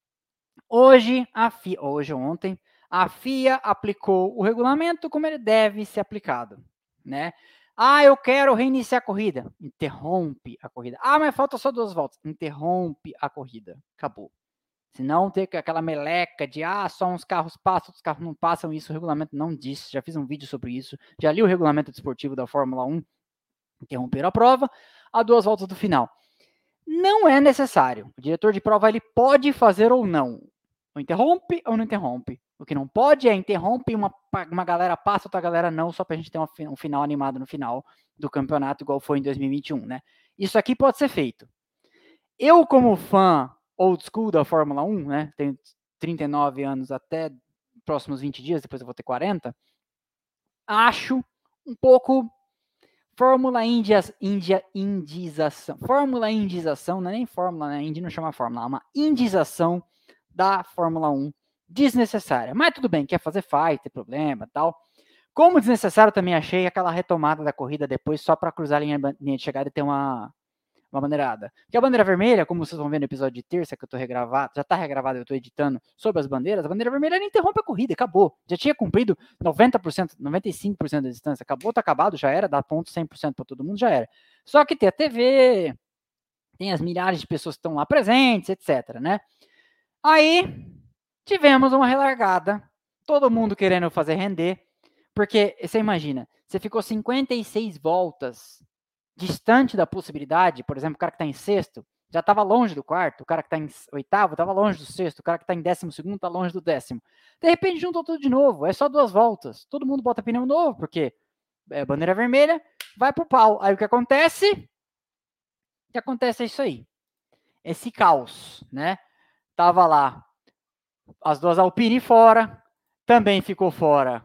Ontem, a FIA aplicou o regulamento como ele deve ser aplicado, né? Eu quero reiniciar a corrida. Interrompe a corrida. Mas falta só 2 voltas. Interrompe a corrida. Acabou. Se não ter aquela meleca de só uns carros passam, outros carros não passam, isso o regulamento não diz. Já fiz um vídeo sobre isso. Já li o regulamento desportivo da Fórmula 1. Interromper a prova a 2 voltas do final. Não é necessário. O diretor de prova ele pode fazer ou não. Ou interrompe ou não interrompe. O que não pode é interrompe, uma galera passa, outra galera não, só pra gente ter um final animado no final do campeonato, igual foi em 2021, né? Isso aqui pode ser feito. Eu, como fã old school da Fórmula 1, né? Tenho 39 anos até próximos 20 dias, depois eu vou ter 40. Acho um pouco Fórmula indização. Fórmula indização, não é nem Fórmula, né? Indy não chama Fórmula, é uma indização da Fórmula 1 desnecessária. Mas tudo bem, quer fazer fight, tem problema tal. Como desnecessário também achei aquela retomada da corrida depois só para cruzar a linha de chegada e ter uma bandeirada. Porque a bandeira vermelha, como vocês vão ver no episódio de terça que eu tô regravado, já tá regravado, eu tô editando sobre as bandeiras, a bandeira vermelha não interrompe a corrida, acabou. Já tinha cumprido 90%, 95% da distância, acabou, tá acabado, já era, dá ponto 100% para todo mundo, já era. Só que tem a TV, tem as milhares de pessoas que estão lá presentes, etc, né? Aí, tivemos uma relargada, todo mundo querendo fazer render, porque, você imagina, você ficou 56 voltas distante da possibilidade, por exemplo, o cara que está em sexto, já estava longe do quarto, o cara que está em oitavo estava longe do sexto, o cara que está em 12º está longe do 10º. De repente juntou tudo de novo, é só 2 voltas, todo mundo bota pneu novo, porque bandeira vermelha, vai pro pau. Aí o que acontece? O que acontece é isso aí, esse caos, né? Tava lá as 2 Alpine fora, também ficou fora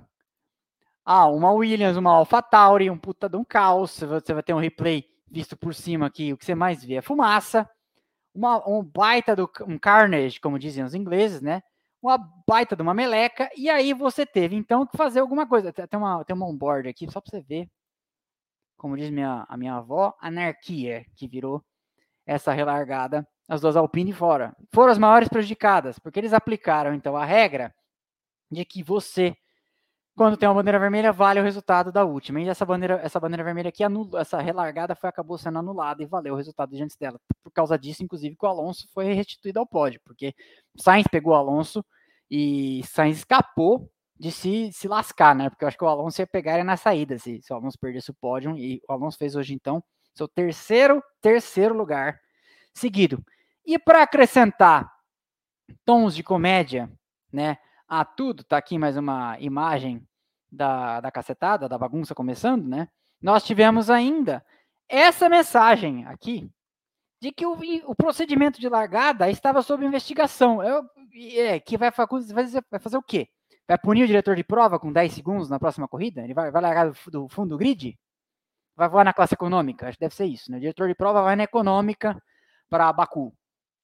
uma Williams, uma AlphaTauri, um puta de um caos. Você vai ter um replay visto por cima aqui, o que você mais vê é fumaça, um baita um carnage, como diziam os ingleses, né? Uma baita de uma meleca, e aí você teve então que fazer alguma coisa. Tem uma onboard aqui, só para você ver, como diz a minha avó, anarquia, que virou essa relargada, as 2 Alpine fora. Foram as maiores prejudicadas, porque eles aplicaram então a regra de que você, quando tem uma bandeira vermelha, vale o resultado da última. E essa bandeira vermelha aqui, essa relargada acabou sendo anulada e valeu o resultado diante dela. Por causa disso, inclusive, que o Alonso foi restituído ao pódio, porque Sainz pegou o Alonso e Sainz escapou de se lascar, né? Porque eu acho que o Alonso ia pegar ele na saída, se o Alonso perdesse o pódio. E o Alonso fez hoje, então, seu terceiro lugar seguido. E para acrescentar tons de comédia, né, a tudo, tá aqui mais uma imagem da cacetada, da bagunça começando, né? Nós tivemos ainda essa mensagem aqui de que o procedimento de largada estava sob investigação. Que vai fazer o quê? Vai punir o diretor de prova com 10 segundos na próxima corrida? Ele vai largar do fundo do grid? Vai voar na classe econômica? Acho que deve ser isso, né? O diretor de prova vai na econômica para Baku.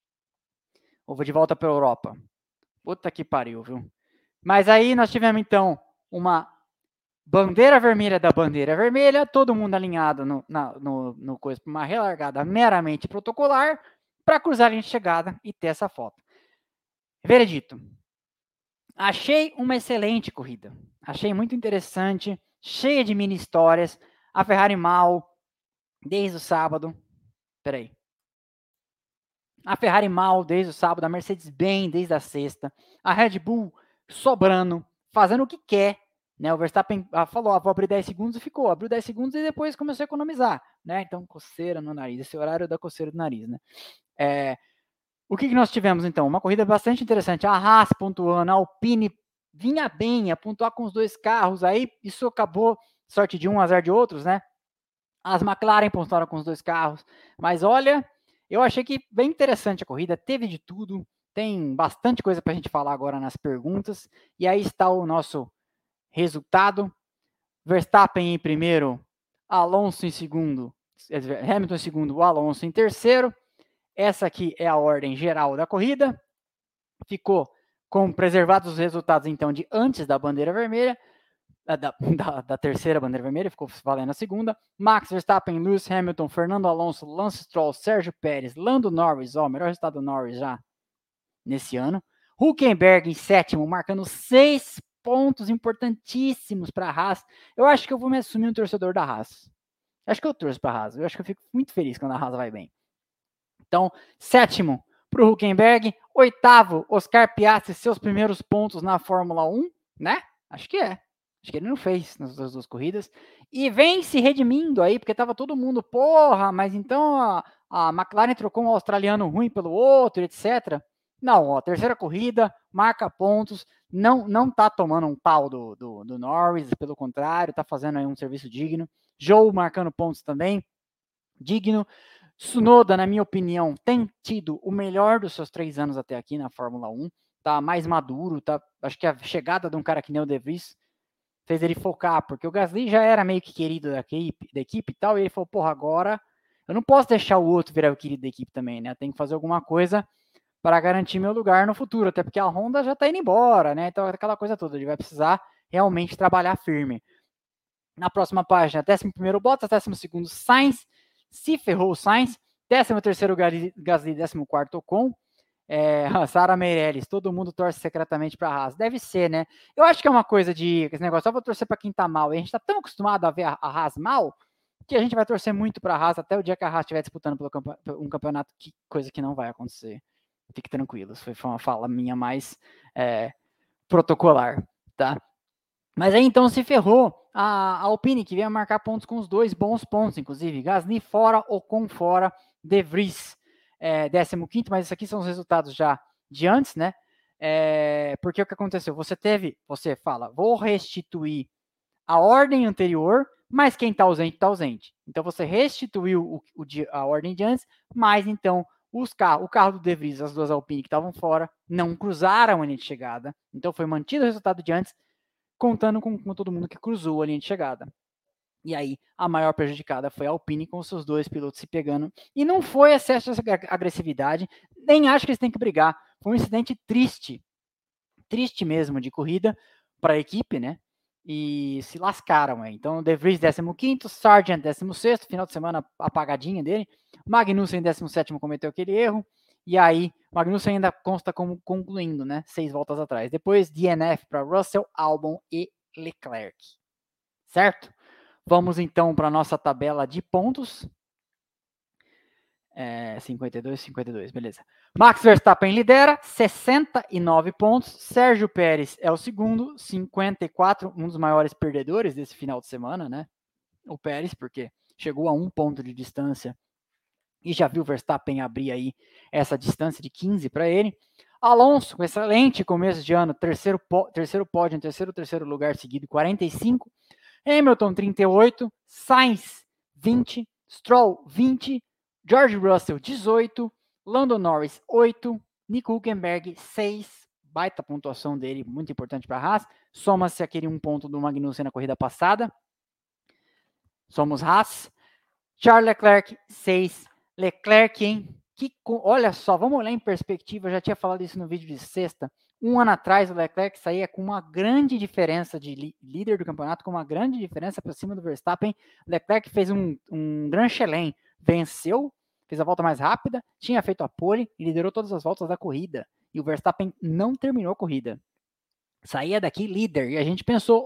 Ou vou de volta para a Europa. Puta que pariu, viu? Mas aí nós tivemos, então, uma bandeira vermelha da bandeira vermelha, todo mundo alinhado no coisa, uma relargada meramente protocolar, para cruzar a linha de chegada e ter essa foto. Veredito. Achei uma excelente corrida. Achei muito interessante, cheia de mini histórias. A Ferrari mal, desde o sábado. Peraí. A Ferrari mal desde o sábado, a Mercedes bem desde a sexta, a Red Bull sobrando, fazendo o que quer, né? O Verstappen falou, vou abrir 10 segundos e ficou, abriu 10 segundos e depois começou a economizar, né? Então, coceira no nariz, esse horário da coceira do nariz, né? O que nós tivemos, então? Uma corrida bastante interessante, a Haas pontuando, a Alpine vinha bem, a pontuar com os 2 carros, aí isso acabou, sorte de um, azar de outros, né? As McLaren pontuaram com os 2 carros, mas olha, eu achei que bem interessante a corrida, teve de tudo, tem bastante coisa para a gente falar agora nas perguntas, e aí está o nosso resultado, Verstappen em primeiro, Alonso em segundo, Hamilton em segundo, o Alonso em terceiro, essa aqui é a ordem geral da corrida, ficou com preservados os resultados então de antes da bandeira vermelha, da terceira bandeira vermelha, ficou valendo a segunda. Max Verstappen, Lewis Hamilton, Fernando Alonso, Lance Stroll, Sérgio Pérez, Lando Norris, o melhor resultado do Norris já nesse ano. Hülkenberg em sétimo, marcando 6 pontos importantíssimos para a Haas. Eu acho que eu vou me assumir um torcedor da Haas. Acho que eu torço para a Haas. Eu acho que eu fico muito feliz quando a Haas vai bem. Então, sétimo para o Hülkenberg. Oitavo, Oscar Piastri, seus primeiros pontos na Fórmula 1, né? Acho que é. Acho que ele não fez nas 2 corridas. E vem se redimindo aí, porque tava todo mundo, porra, mas então a McLaren trocou um australiano ruim pelo outro, etc. Não, ó, terceira corrida, marca pontos, não tá tomando um pau do Norris, pelo contrário, tá fazendo aí um serviço digno. Joe marcando pontos também, digno. Tsunoda, na minha opinião, tem tido o melhor dos seus 3 anos até aqui na Fórmula 1, tá mais maduro, tá, acho que a chegada de um cara que nem o De Vries fez ele focar, porque o Gasly já era meio que querido da equipe e tal, e ele falou, porra, agora eu não posso deixar o outro virar o querido da equipe também, né? Eu tenho que fazer alguma coisa para garantir meu lugar no futuro, até porque a Honda já tá indo embora, né? Então aquela coisa toda, ele vai precisar realmente trabalhar firme. Na próxima página, 11º Bottas, 12º Sainz, se ferrou o Sainz, 13º Gasly, 14º Ocon, a Sara Meirelles, todo mundo torce secretamente para a Haas. Deve ser, né? Eu acho que é uma coisa de esse negócio, só vou torcer para quem tá mal. E a gente tá tão acostumado a ver a Haas mal, que a gente vai torcer muito para a Haas até o dia que a Haas estiver disputando um campeonato, coisa que não vai acontecer. Fique tranquilo, foi uma fala minha mais protocolar, tá? Mas aí então se ferrou a Alpine, que veio marcar pontos com os 2 bons pontos, inclusive. Gasly fora, Ocon fora, De Vries 15º, mas isso aqui são os resultados já de antes, né? Porque o que aconteceu? Você fala, vou restituir a ordem anterior, mas quem está ausente, está ausente. Então, você restituiu a ordem de antes, mas então o carro do De Vries, as duas Alpine que estavam fora, não cruzaram a linha de chegada. Então, foi mantido o resultado de antes, contando com todo mundo que cruzou a linha de chegada. E aí, a maior prejudicada foi a Alpine, com seus dois pilotos se pegando. E não foi excesso de agressividade, nem acho que eles têm que brigar. Foi um incidente triste mesmo de corrida para a equipe, né? E se lascaram. Então, De Vries 15º, Sargent 16º, final de semana apagadinha dele. Magnussen 17º cometeu aquele erro. E aí, Magnussen ainda consta como concluindo, né? 6 voltas atrás. Depois, DNF para Russell, Albon e Leclerc. Certo? Vamos então para a nossa tabela de pontos. 52, beleza. Max Verstappen lidera, 69 pontos. Sérgio Pérez é o segundo, 54, um dos maiores perdedores desse final de semana, né? O Pérez, porque chegou a 1 ponto de distância e já viu o Verstappen abrir aí essa distância de 15 para ele. Alonso, com excelente começo de ano, terceiro pódio, terceiro lugar seguido, 45. Hamilton, 38. Sainz, 20. Stroll, 20. George Russell, 18. Lando Norris, 8. Nico Hülkenberg, 6. Baita pontuação dele, muito importante para a Haas. Soma-se aquele 1 ponto do Magnussen na corrida passada. Somos Haas. Charles Leclerc, 6. Leclerc, hein? Olha só, vamos olhar em perspectiva. Eu já tinha falado isso no vídeo de sexta. 1 ano atrás, o Leclerc saía com uma grande diferença de líder do campeonato, com uma grande diferença para cima do Verstappen. Leclerc fez um Grand Chelem, venceu, fez a volta mais rápida, tinha feito a pole e liderou todas as voltas da corrida. E o Verstappen não terminou a corrida. Saía daqui líder. E a gente pensou,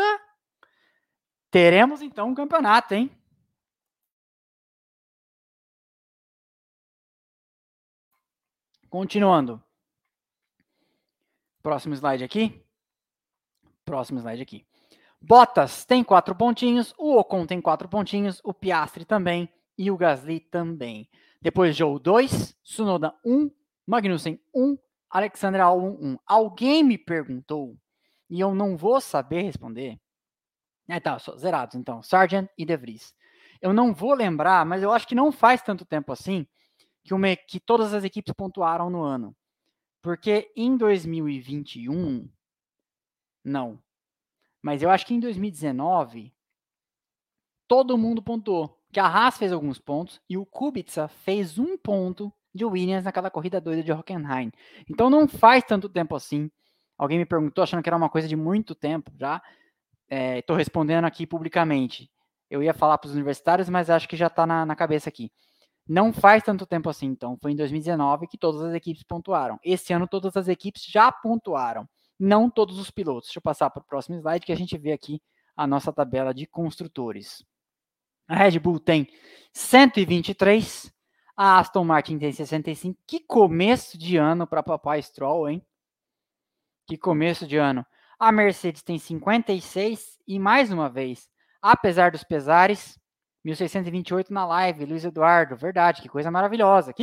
teremos então um campeonato, hein? Continuando. Próximo slide aqui. Bottas tem 4 pontinhos, o Ocon tem 4 pontinhos, o Piastri também e o Gasly também. Depois Zhou 2, Tsunoda 1, Magnussen 1, Alexander Albon 1. Alguém me perguntou, e eu não vou saber responder. Zerados então, Sargent e De Vries. Eu não vou lembrar, mas eu acho que não faz tanto tempo assim que todas as equipes pontuaram no ano. Porque em 2021, não. Mas eu acho que em 2019, todo mundo pontuou. Que a Haas fez alguns pontos e o Kubica fez 1 ponto de Williams naquela corrida doida de Hockenheim. Então não faz tanto tempo assim. Alguém me perguntou, achando que era uma coisa de muito tempo já. Estou respondendo aqui publicamente. Eu ia falar para os universitários, mas acho que já está na cabeça aqui. Não faz tanto tempo assim, então. Foi em 2019 que todas as equipes pontuaram. Esse ano todas as equipes já pontuaram. Não todos os pilotos. Deixa eu passar para o próximo slide que a gente vê aqui a nossa tabela de construtores. A Red Bull tem 123, a Aston Martin tem 65. Que começo de ano para Papai Stroll, hein? Que começo de ano. A Mercedes tem 56 e, mais uma vez, apesar dos pesares, 1628 na live, Luiz Eduardo, verdade, que coisa maravilhosa,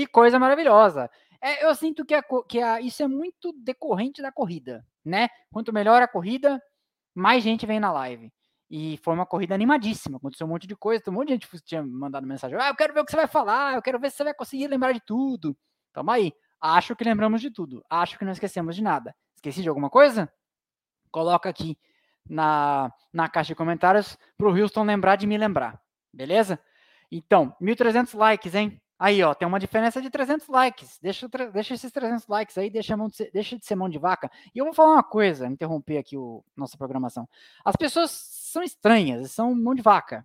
eu sinto que isso é muito decorrente da corrida, né? Quanto melhor a corrida, mais gente vem na live. E foi uma corrida animadíssima, aconteceu um monte de coisa, um monte de gente tinha mandado mensagem, eu quero ver o que você vai falar, eu quero ver se você vai conseguir lembrar de tudo. Tamo aí, acho que lembramos de tudo, acho que não esquecemos de nada. Esqueci de alguma coisa? Coloca aqui na caixa de comentários para o Houston lembrar de me lembrar, beleza? Então, 1.300 likes, hein? Aí, ó, tem uma diferença de 300 likes. Deixa esses 300 likes aí, deixa de ser mão de vaca. E eu vou falar uma coisa, interromper aqui nossa programação. As pessoas são estranhas, são mão de vaca.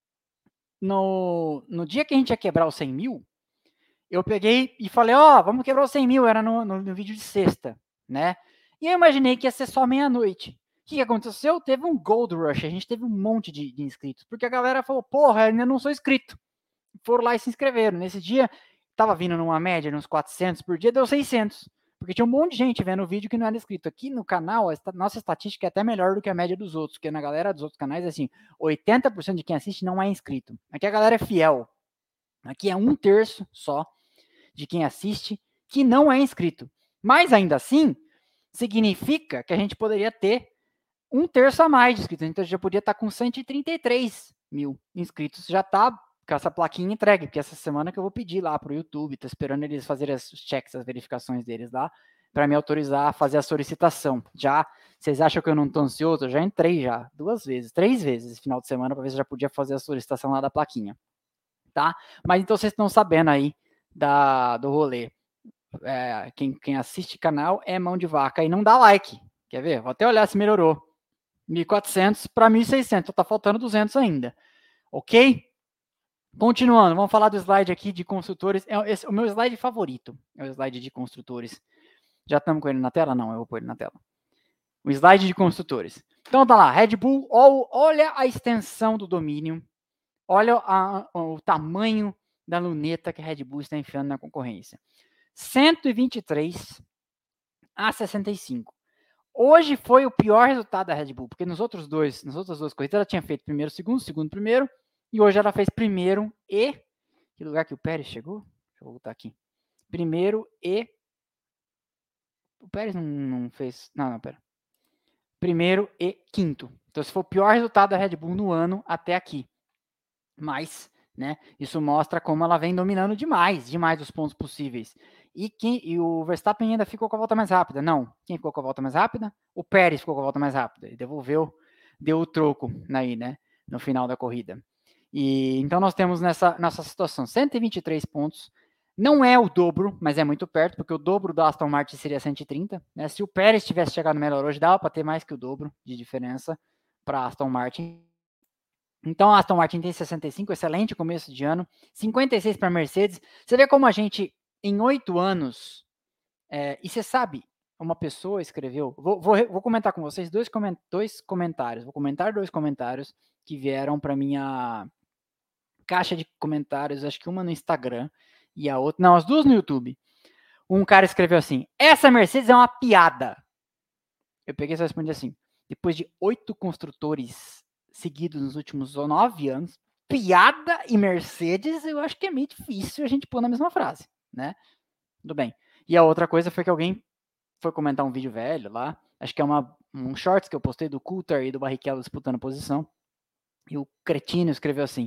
No dia que a gente ia quebrar os 100 mil, eu peguei e falei, vamos quebrar os 100 mil, era no vídeo de sexta, né? E eu imaginei que ia ser só meia-noite. O que aconteceu? Teve um Gold Rush, a gente teve um monte de inscritos, porque a galera falou, porra, ainda não sou inscrito. Foram lá e se inscreveram. Nesse dia, tava vindo numa média, uns 400 por dia, deu 600. Porque tinha um monte de gente vendo o vídeo que não era inscrito. Aqui no canal, nossa estatística é até melhor do que a média dos outros, porque na galera dos outros canais, assim, 80% de quem assiste não é inscrito. Aqui a galera é fiel. Aqui é 1/3 só. de quem assiste que não é inscrito. Mas ainda assim, significa que a gente poderia ter 1/3 a mais de inscritos. Então, a gente já podia estar com 133 mil inscritos. Já está com essa plaquinha entregue, porque essa semana que eu vou pedir lá para o YouTube, estou esperando eles fazerem os checks, as verificações deles lá, para me autorizar a fazer a solicitação. Já, vocês acham que eu não estou ansioso? Eu já entrei já 2 vezes, 3 vezes esse final de semana para ver se eu já podia fazer a solicitação lá da plaquinha, tá? Mas então vocês estão sabendo aí do rolê. Quem assiste canal é mão de vaca e não dá like. Quer ver? Vou até olhar se melhorou. 1.400 para 1.600, então tá faltando 200 ainda. Ok? Continuando, vamos falar do slide aqui de construtores. O meu slide favorito é o slide de construtores. Já estamos com ele na tela? Não, eu vou pôr ele na tela. O slide de construtores. Então tá lá, Red Bull, olha a extensão do domínio, olha o tamanho da luneta que a Red Bull está enfiando na concorrência. 123 a 65. Hoje foi o pior resultado da Red Bull, porque nas outras duas corridas ela tinha feito primeiro, segundo, primeiro, e hoje ela fez primeiro e... Que lugar que o Pérez chegou? Deixa eu voltar aqui. Primeiro e... O Pérez não fez... Não, pera. Primeiro e quinto. Então, esse foi o pior resultado da Red Bull no ano até aqui. Mas, né, isso mostra como ela vem dominando demais os pontos possíveis. E o Verstappen ainda ficou com a volta mais rápida. Não. Quem ficou com a volta mais rápida? O Pérez ficou com a volta mais rápida. Ele deu o troco aí, né, no final da corrida. E então nós temos nessa situação 123 pontos. Não é o dobro, mas é muito perto, porque o dobro do Aston Martin seria 130. Né? Se o Pérez tivesse chegado melhor hoje, dava para ter mais que o dobro de diferença para Aston Martin. Então, a Aston Martin tem 65, excelente começo de ano. 56 para a Mercedes. Você vê como a gente, em 8 anos... e você sabe, uma pessoa escreveu... Vou comentar com vocês dois comentários. Vou comentar 2 comentários que vieram para minha caixa de comentários. Acho que uma no Instagram e a outra... Não, as duas no YouTube. Um cara escreveu assim: essa Mercedes é uma piada. Eu peguei e só respondi assim: depois de 8 construtores seguidos nos últimos 9 anos, piada e Mercedes, eu acho que é meio difícil a gente pôr na mesma frase, né? Tudo bem. E a outra coisa foi que alguém foi comentar um vídeo velho lá, acho que é um shorts que eu postei do Coulter e do Barrichello disputando posição, e o cretino escreveu assim: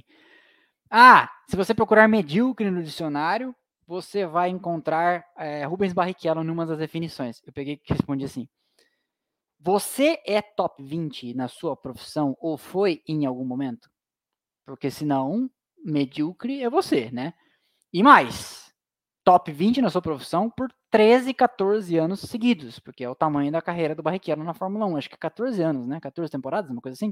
se você procurar medíocre no dicionário, você vai encontrar Rubens Barrichello numa das definições. Eu peguei e respondi assim: você é top 20 na sua profissão ou foi em algum momento? Porque senão, medíocre é você, né? E mais, top 20 na sua profissão por 13, 14 anos seguidos, porque é o tamanho da carreira do Barrichello na Fórmula 1. Acho que é 14 anos, né? 14 temporadas, uma coisa assim.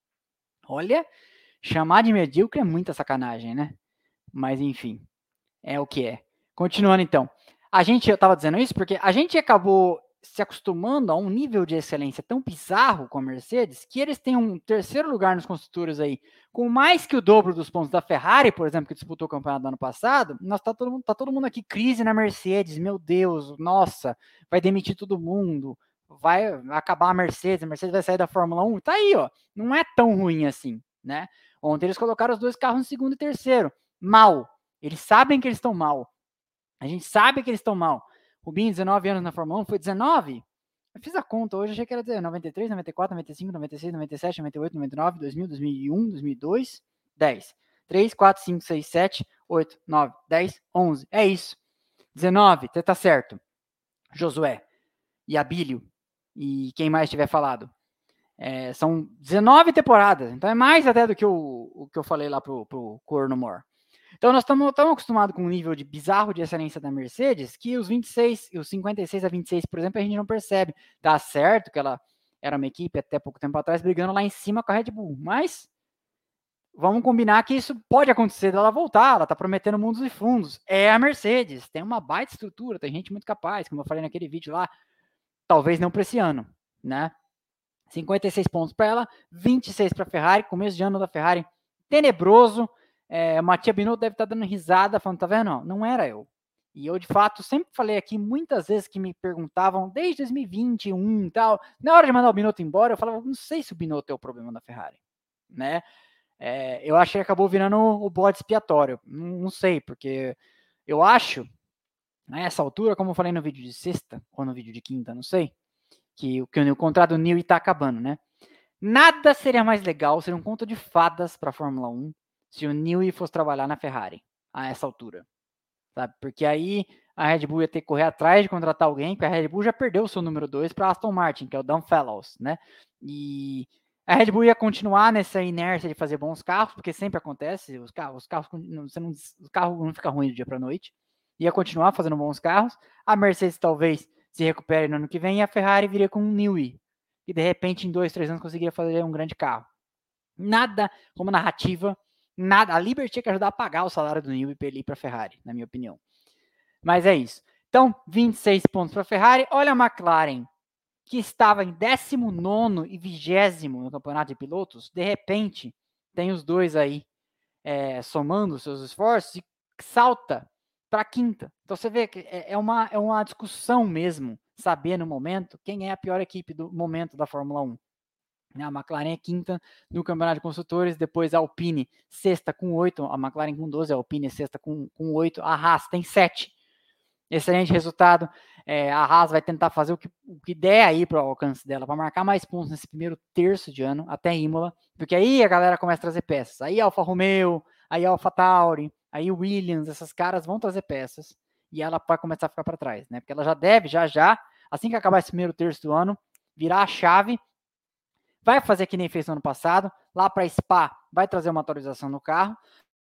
Olha, chamar de medíocre é muita sacanagem, né? Mas enfim, é o que é. Continuando então. Eu estava dizendo isso porque a gente acabou se acostumando a um nível de excelência tão bizarro com a Mercedes que eles têm um terceiro lugar nos construtores aí, com mais que o dobro dos pontos da Ferrari, por exemplo, que disputou o campeonato do ano passado. Tá todo mundo aqui, crise na Mercedes, meu Deus, nossa, vai demitir todo mundo, vai acabar a Mercedes vai sair da Fórmula 1. Tá aí, ó, não é tão ruim assim, né? Ontem eles colocaram os 2 carros em segundo e terceiro, mal. Eles sabem que eles estão mal. A gente sabe que eles estão mal. Rubinho, 19 anos na Fórmula 1, foi 19? Eu fiz a conta hoje, achei que era 93, 94, 95, 96, 97, 98, 99, 2000, 2001, 2002, 10. 3, 4, 5, 6, 7, 8, 9, 10, 11. É isso. 19, você tá certo. Josué e Abílio e quem mais tiver falado. São 19 temporadas, então é mais até do que o que eu falei lá pro Corno Moore. Então nós estamos tão acostumados com um nível de bizarro de excelência da Mercedes que os 56 a 26, por exemplo, a gente não percebe. Tá certo que ela era uma equipe até pouco tempo atrás brigando lá em cima com a Red Bull, mas vamos combinar que isso pode acontecer dela voltar, ela tá prometendo mundos e fundos. É a Mercedes, tem uma baita estrutura, tem gente muito capaz, como eu falei naquele vídeo lá, talvez não para esse ano, né? 56 pontos para ela, 26 para a Ferrari, começo de ano da Ferrari tenebroso. Mattia Binotto deve estar dando risada, falando, tá vendo? Não era eu. E eu, de fato, sempre falei aqui muitas vezes que me perguntavam, desde 2021 e tal, na hora de mandar o Binotto embora, eu falava, não sei se o Binotto é o problema da Ferrari, né? Eu acho que acabou virando o bode expiatório, não sei, porque eu acho A essa altura, como eu falei no vídeo de sexta, ou no vídeo de quinta, não sei, que o contrato do Newey tá acabando, né? Nada seria mais legal, seria um conto de fadas para a Fórmula 1 se o Newey fosse trabalhar na Ferrari a essa altura, sabe? Porque aí a Red Bull ia ter que correr atrás de contratar alguém, porque a Red Bull já perdeu o seu número 2 para Aston Martin, que é o Dan Fellows, né? E a Red Bull ia continuar nessa inércia de fazer bons carros, porque sempre acontece, os carros o carro não fica ruim do dia para noite. Ia continuar fazendo bons carros. A Mercedes talvez se recupere no ano que vem e a Ferrari viria com um Newey, e de repente em 2, 3 anos conseguiria fazer um grande carro. Nada como narrativa, nada. A Liberty tinha que ajudar a pagar o salário do Newey para ele ir para a Ferrari, na minha opinião. Mas é isso. Então, 26 pontos para a Ferrari. Olha a McLaren, que estava em 19º e 20º no campeonato de pilotos. De repente, tem os dois aí somando seus esforços e salta para a quinta. Então você vê que é uma discussão mesmo, saber no momento quem é a pior equipe do momento da Fórmula 1. A McLaren é quinta no Campeonato de Construtores, depois a Alpine sexta com 8, a McLaren com 12, a Alpine sexta com 8, a Haas tem 7. Excelente resultado. A Haas vai tentar fazer o que der aí para o alcance dela, para marcar mais pontos nesse primeiro terço de ano, até Imola, porque aí a galera começa a trazer peças. Aí Alfa Romeo, aí Alfa Tauri, aí Williams, essas caras vão trazer peças e ela vai começar a ficar para trás, né? Porque ela já deve, já, assim que acabar esse primeiro terço do ano, virar a chave, vai fazer que nem fez no ano passado, lá para Spa vai trazer uma atualização no carro,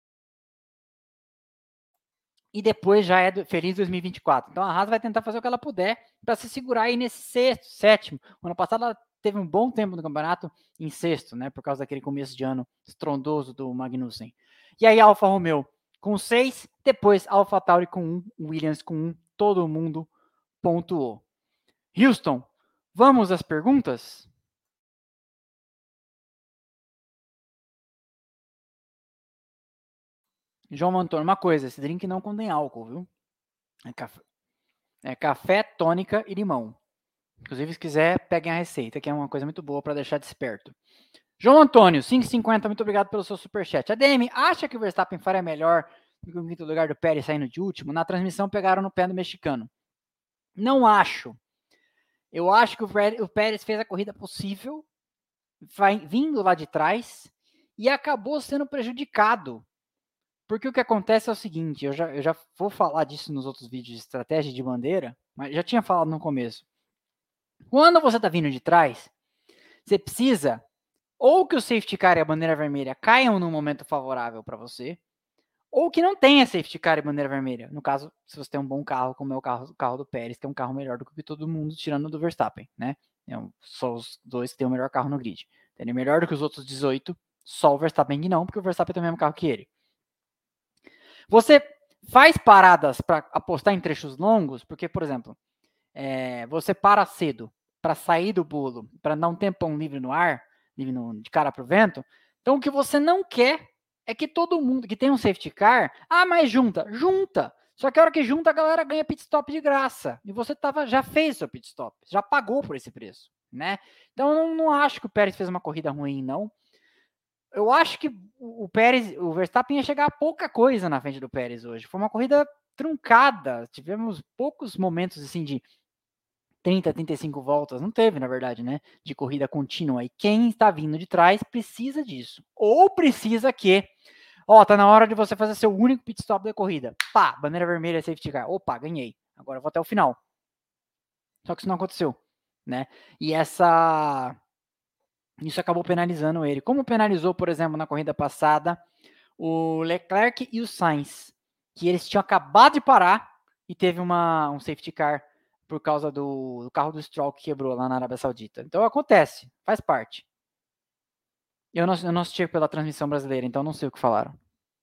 e depois já é feliz 2024. Então a Haas vai tentar fazer o que ela puder para se segurar aí nesse sexto, sétimo. O ano passado ela teve um bom tempo no campeonato em sexto, né? Por causa daquele começo de ano estrondoso do Magnussen. E aí a Alfa Romeo com 6, depois a Alfa Tauri com 1, Williams com 1, todo mundo pontuou. Houston, vamos às perguntas? João Antônio, uma coisa, esse drink não contém álcool, viu? É café, tônica e limão. Inclusive, se quiser, peguem a receita, que é uma coisa muito boa para deixar desperto. João Antônio, 5,50, muito obrigado pelo seu superchat. ADM, acha que o Verstappen faria melhor do que o quinto lugar do Pérez saindo de último? Na transmissão pegaram no pé do mexicano. Não acho. Eu acho que o Pérez fez a corrida possível, vindo lá de trás, e acabou sendo prejudicado. Porque o que acontece é o seguinte, eu já vou falar disso nos outros vídeos de estratégia de bandeira, mas já tinha falado no começo. Quando você está vindo de trás, você precisa ou que o safety car e a bandeira vermelha caiam num momento favorável para você, ou que não tenha safety car e bandeira vermelha. No caso, se você tem um bom carro, como é o carro do Pérez, que é um carro melhor do que todo mundo, tirando do Verstappen, né? Só os dois que têm o melhor carro no grid. Ele é melhor do que os outros 18, só o Verstappen que não, porque o Verstappen tem o mesmo carro que ele. Você faz paradas para apostar em trechos longos, porque, por exemplo, você para cedo para sair do bolo, para dar um tempão livre no ar, de cara para o vento. Então, o que você não quer é que todo mundo que tem um safety car, mas junta. Só que a hora que junta, a galera ganha pit stop de graça. E você já fez seu pit stop, já pagou por esse preço, né? Então, eu não acho que o Pérez fez uma corrida ruim, não. Eu acho que o Verstappen ia chegar a pouca coisa na frente do Pérez hoje. Foi uma corrida truncada. Tivemos poucos momentos assim de 30, 35 voltas. Não teve, na verdade, né? De corrida contínua. E quem está vindo de trás precisa disso. Ou precisa que, tá na hora de você fazer seu único pit stop da corrida. Pá, bandeira vermelha, safety car. Opa, ganhei. Agora eu vou até o final. Só que isso não aconteceu, né? E isso acabou penalizando ele. Como penalizou, por exemplo, na corrida passada, o Leclerc e o Sainz, que eles tinham acabado de parar e teve um safety car por causa do carro do Stroll que quebrou lá na Arábia Saudita. Então acontece, faz parte. Eu não assisti pela transmissão brasileira, então não sei o que falaram.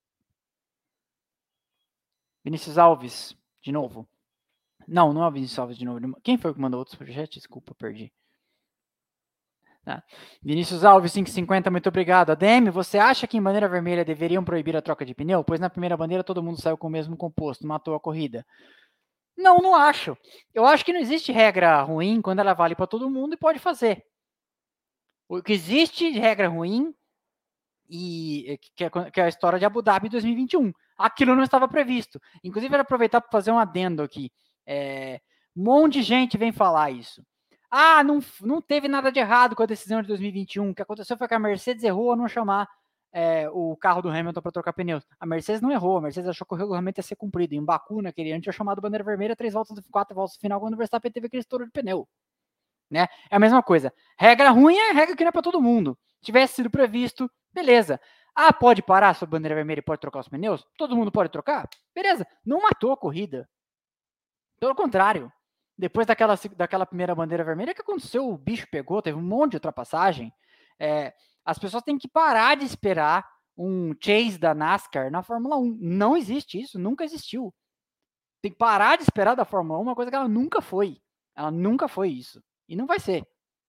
Vinícius Alves, de novo. Não é o Vinícius Alves de novo. Quem foi que mandou outro superchat? Desculpa, perdi. Tá. Vinícius Alves, 5,50, muito obrigado. ADM, você acha que em bandeira vermelha deveriam proibir a troca de pneu? Pois na primeira bandeira todo mundo saiu com o mesmo composto, matou a corrida. Não acho. Eu acho que não existe regra ruim quando ela vale para todo mundo e pode fazer. O que existe de regra ruim, e que é a história de Abu Dhabi 2021. Aquilo não estava previsto. Inclusive, era aproveitar para fazer um adendo aqui. Um monte de gente vem falar isso. Ah, não teve nada de errado com a decisão de 2021. O que aconteceu foi que a Mercedes errou ao não chamar o carro do Hamilton para trocar pneus. A Mercedes não errou, a Mercedes achou que o regulamento ia ser cumprido. Em Baku, naquele ano, tinha chamado bandeira vermelha 4 voltas do final, quando o Verstappen teve aquele estouro de pneu. Né? É a mesma coisa. Regra ruim é regra que não é para todo mundo. Se tivesse sido previsto, beleza. Ah, pode parar sua bandeira vermelha e pode trocar os pneus? Todo mundo pode trocar? Beleza. Não matou a corrida. Pelo contrário. Depois daquela primeira bandeira vermelha, o que aconteceu? O bicho pegou, teve um monte de ultrapassagem. As pessoas têm que parar de esperar um chase da NASCAR na Fórmula 1. Não existe isso, nunca existiu. Tem que parar de esperar da Fórmula 1 uma coisa que ela nunca foi. Ela nunca foi isso. E não vai ser.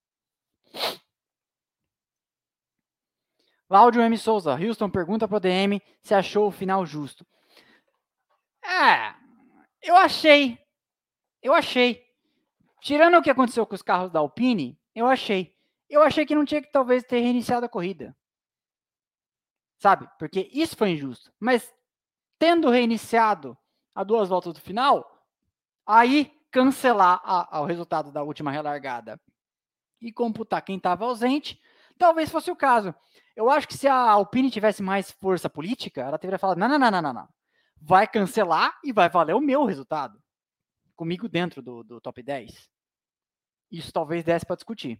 Cláudio M. Souza, Houston pergunta para o DM se achou o final justo. Eu achei. Tirando o que aconteceu com os carros da Alpine, eu achei. Eu achei que não tinha que talvez ter reiniciado a corrida. Sabe? Porque isso foi injusto. Mas tendo reiniciado a 2 voltas do final, aí cancelar o resultado da última relargada e computar quem estava ausente, talvez fosse o caso. Eu acho que se a Alpine tivesse mais força política, ela teria falado, não. Vai cancelar e vai valer o meu resultado. Comigo dentro do top 10. Isso talvez desse para discutir.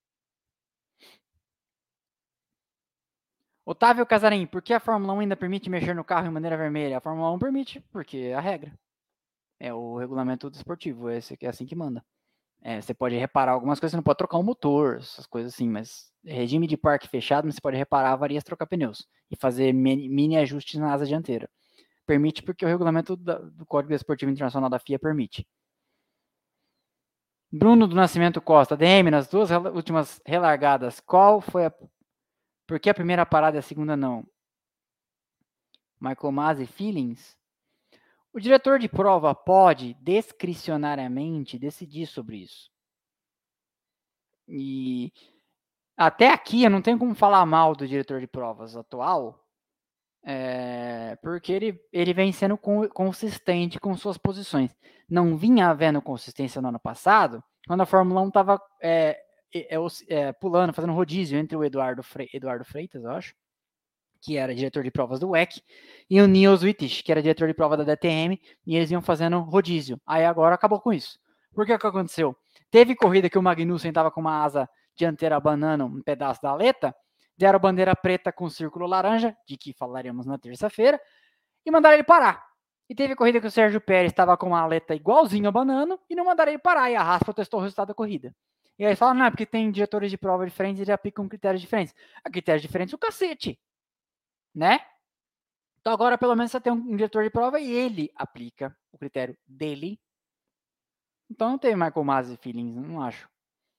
Otávio Casarim, por que a Fórmula 1 ainda permite mexer no carro em maneira vermelha? A Fórmula 1 permite, porque é a regra. É o regulamento desportivo, é assim que manda. Você pode reparar algumas coisas, você não pode trocar um motor, essas coisas assim, mas regime de parque fechado, você pode reparar avarias, trocar pneus e fazer mini ajustes na asa dianteira. Permite porque o regulamento do Código Desportivo Internacional da FIA permite. Bruno do Nascimento Costa, DM, nas 2 últimas relargadas, qual foi a... Por que a primeira parada e a segunda não? Michael Masi, feelings? O diretor de prova pode, discricionariamente, decidir sobre isso. E até aqui eu não tenho como falar mal do diretor de provas atual, porque ele vem sendo consistente com suas posições. Não vinha havendo consistência no ano passado, quando a Fórmula 1 estava pulando, fazendo rodízio entre o Eduardo Freitas, eu acho, que era diretor de provas do WEC, e o Niels Wittich, que era diretor de prova da DTM, e eles iam fazendo rodízio. Aí agora acabou com isso. Por que aconteceu? Teve corrida que o Magnussen estava com uma asa dianteira abanando um pedaço da aleta, deram bandeira preta com círculo laranja, de que falaremos na terça-feira, e mandaram ele parar. E teve corrida que o Sérgio Pérez estava com uma aleta igualzinho abanando, e não mandaram ele parar, e a Haas protestou o resultado da corrida. E aí falam, não, é porque tem diretores de prova diferentes e eles aplicam critérios diferentes. A critérios diferentes, o cacete. Né? Então agora pelo menos você tem um diretor de prova e ele aplica o critério dele. Então não tem Michael Masi feelings, não acho.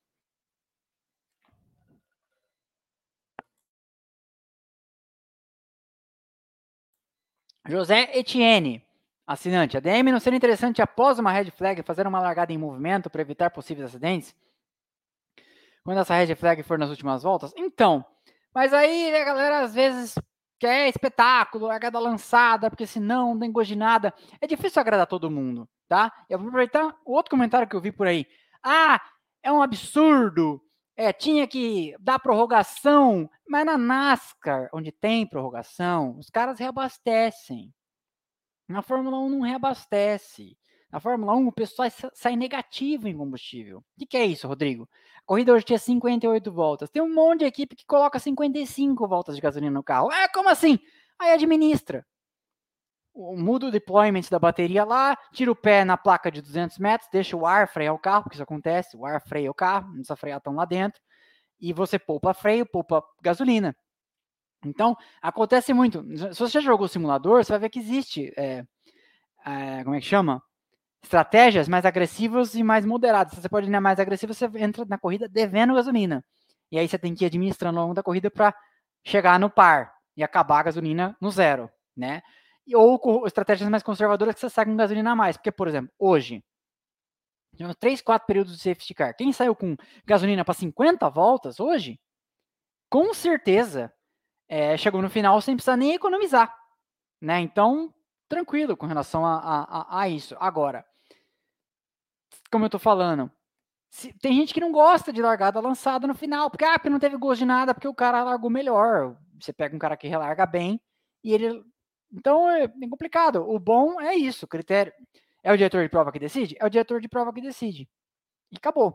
José Etienne, assinante. A DM não seria interessante após uma red flag fazer uma largada em movimento para evitar possíveis acidentes? Quando essa red flag for nas últimas voltas? Então, mas aí a galera às vezes quer espetáculo, largada lançada, porque senão não tem gosto de nada. É difícil agradar todo mundo, tá? Eu vou aproveitar o outro comentário que eu vi por aí. Ah, é um absurdo. Tinha que dar prorrogação, mas na NASCAR, onde tem prorrogação, os caras reabastecem. Na Fórmula 1 não reabastece. Na Fórmula 1 o pessoal sai negativo em combustível. O que é isso, Rodrigo? A corrida hoje tinha 58 voltas. Tem um monte de equipe que coloca 55 voltas de gasolina no carro. Como assim? Aí administra. Muda o deployment da bateria lá, tira o pé na placa de 200 metros, deixa o ar frear o carro, porque isso acontece, o ar freia o carro, não precisa frear tão lá dentro, e você poupa freio, poupa gasolina. Então, acontece muito. Se você já jogou o simulador, você vai ver que existe, como é que chama? Estratégias mais agressivas e mais moderadas. Se você pode ir na mais agressiva, você entra na corrida devendo gasolina. E aí você tem que ir administrando ao longo da corrida para chegar no par e acabar a gasolina no zero, né? Ou estratégias mais conservadoras que você sai com gasolina a mais. Porque, por exemplo, hoje, tivemos 3, 4 períodos de safety car. Quem saiu com gasolina para 50 voltas hoje, com certeza chegou no final sem precisar nem economizar, né? Então, tranquilo com relação a isso. Agora, como eu tô falando, tem gente que não gosta de largada lançada no final, porque não teve gosto de nada, porque o cara largou melhor. Você pega um cara que relarga bem e ele. Então é bem complicado. O bom é isso, o critério. É o diretor de prova que decide? É o diretor de prova que decide. E acabou.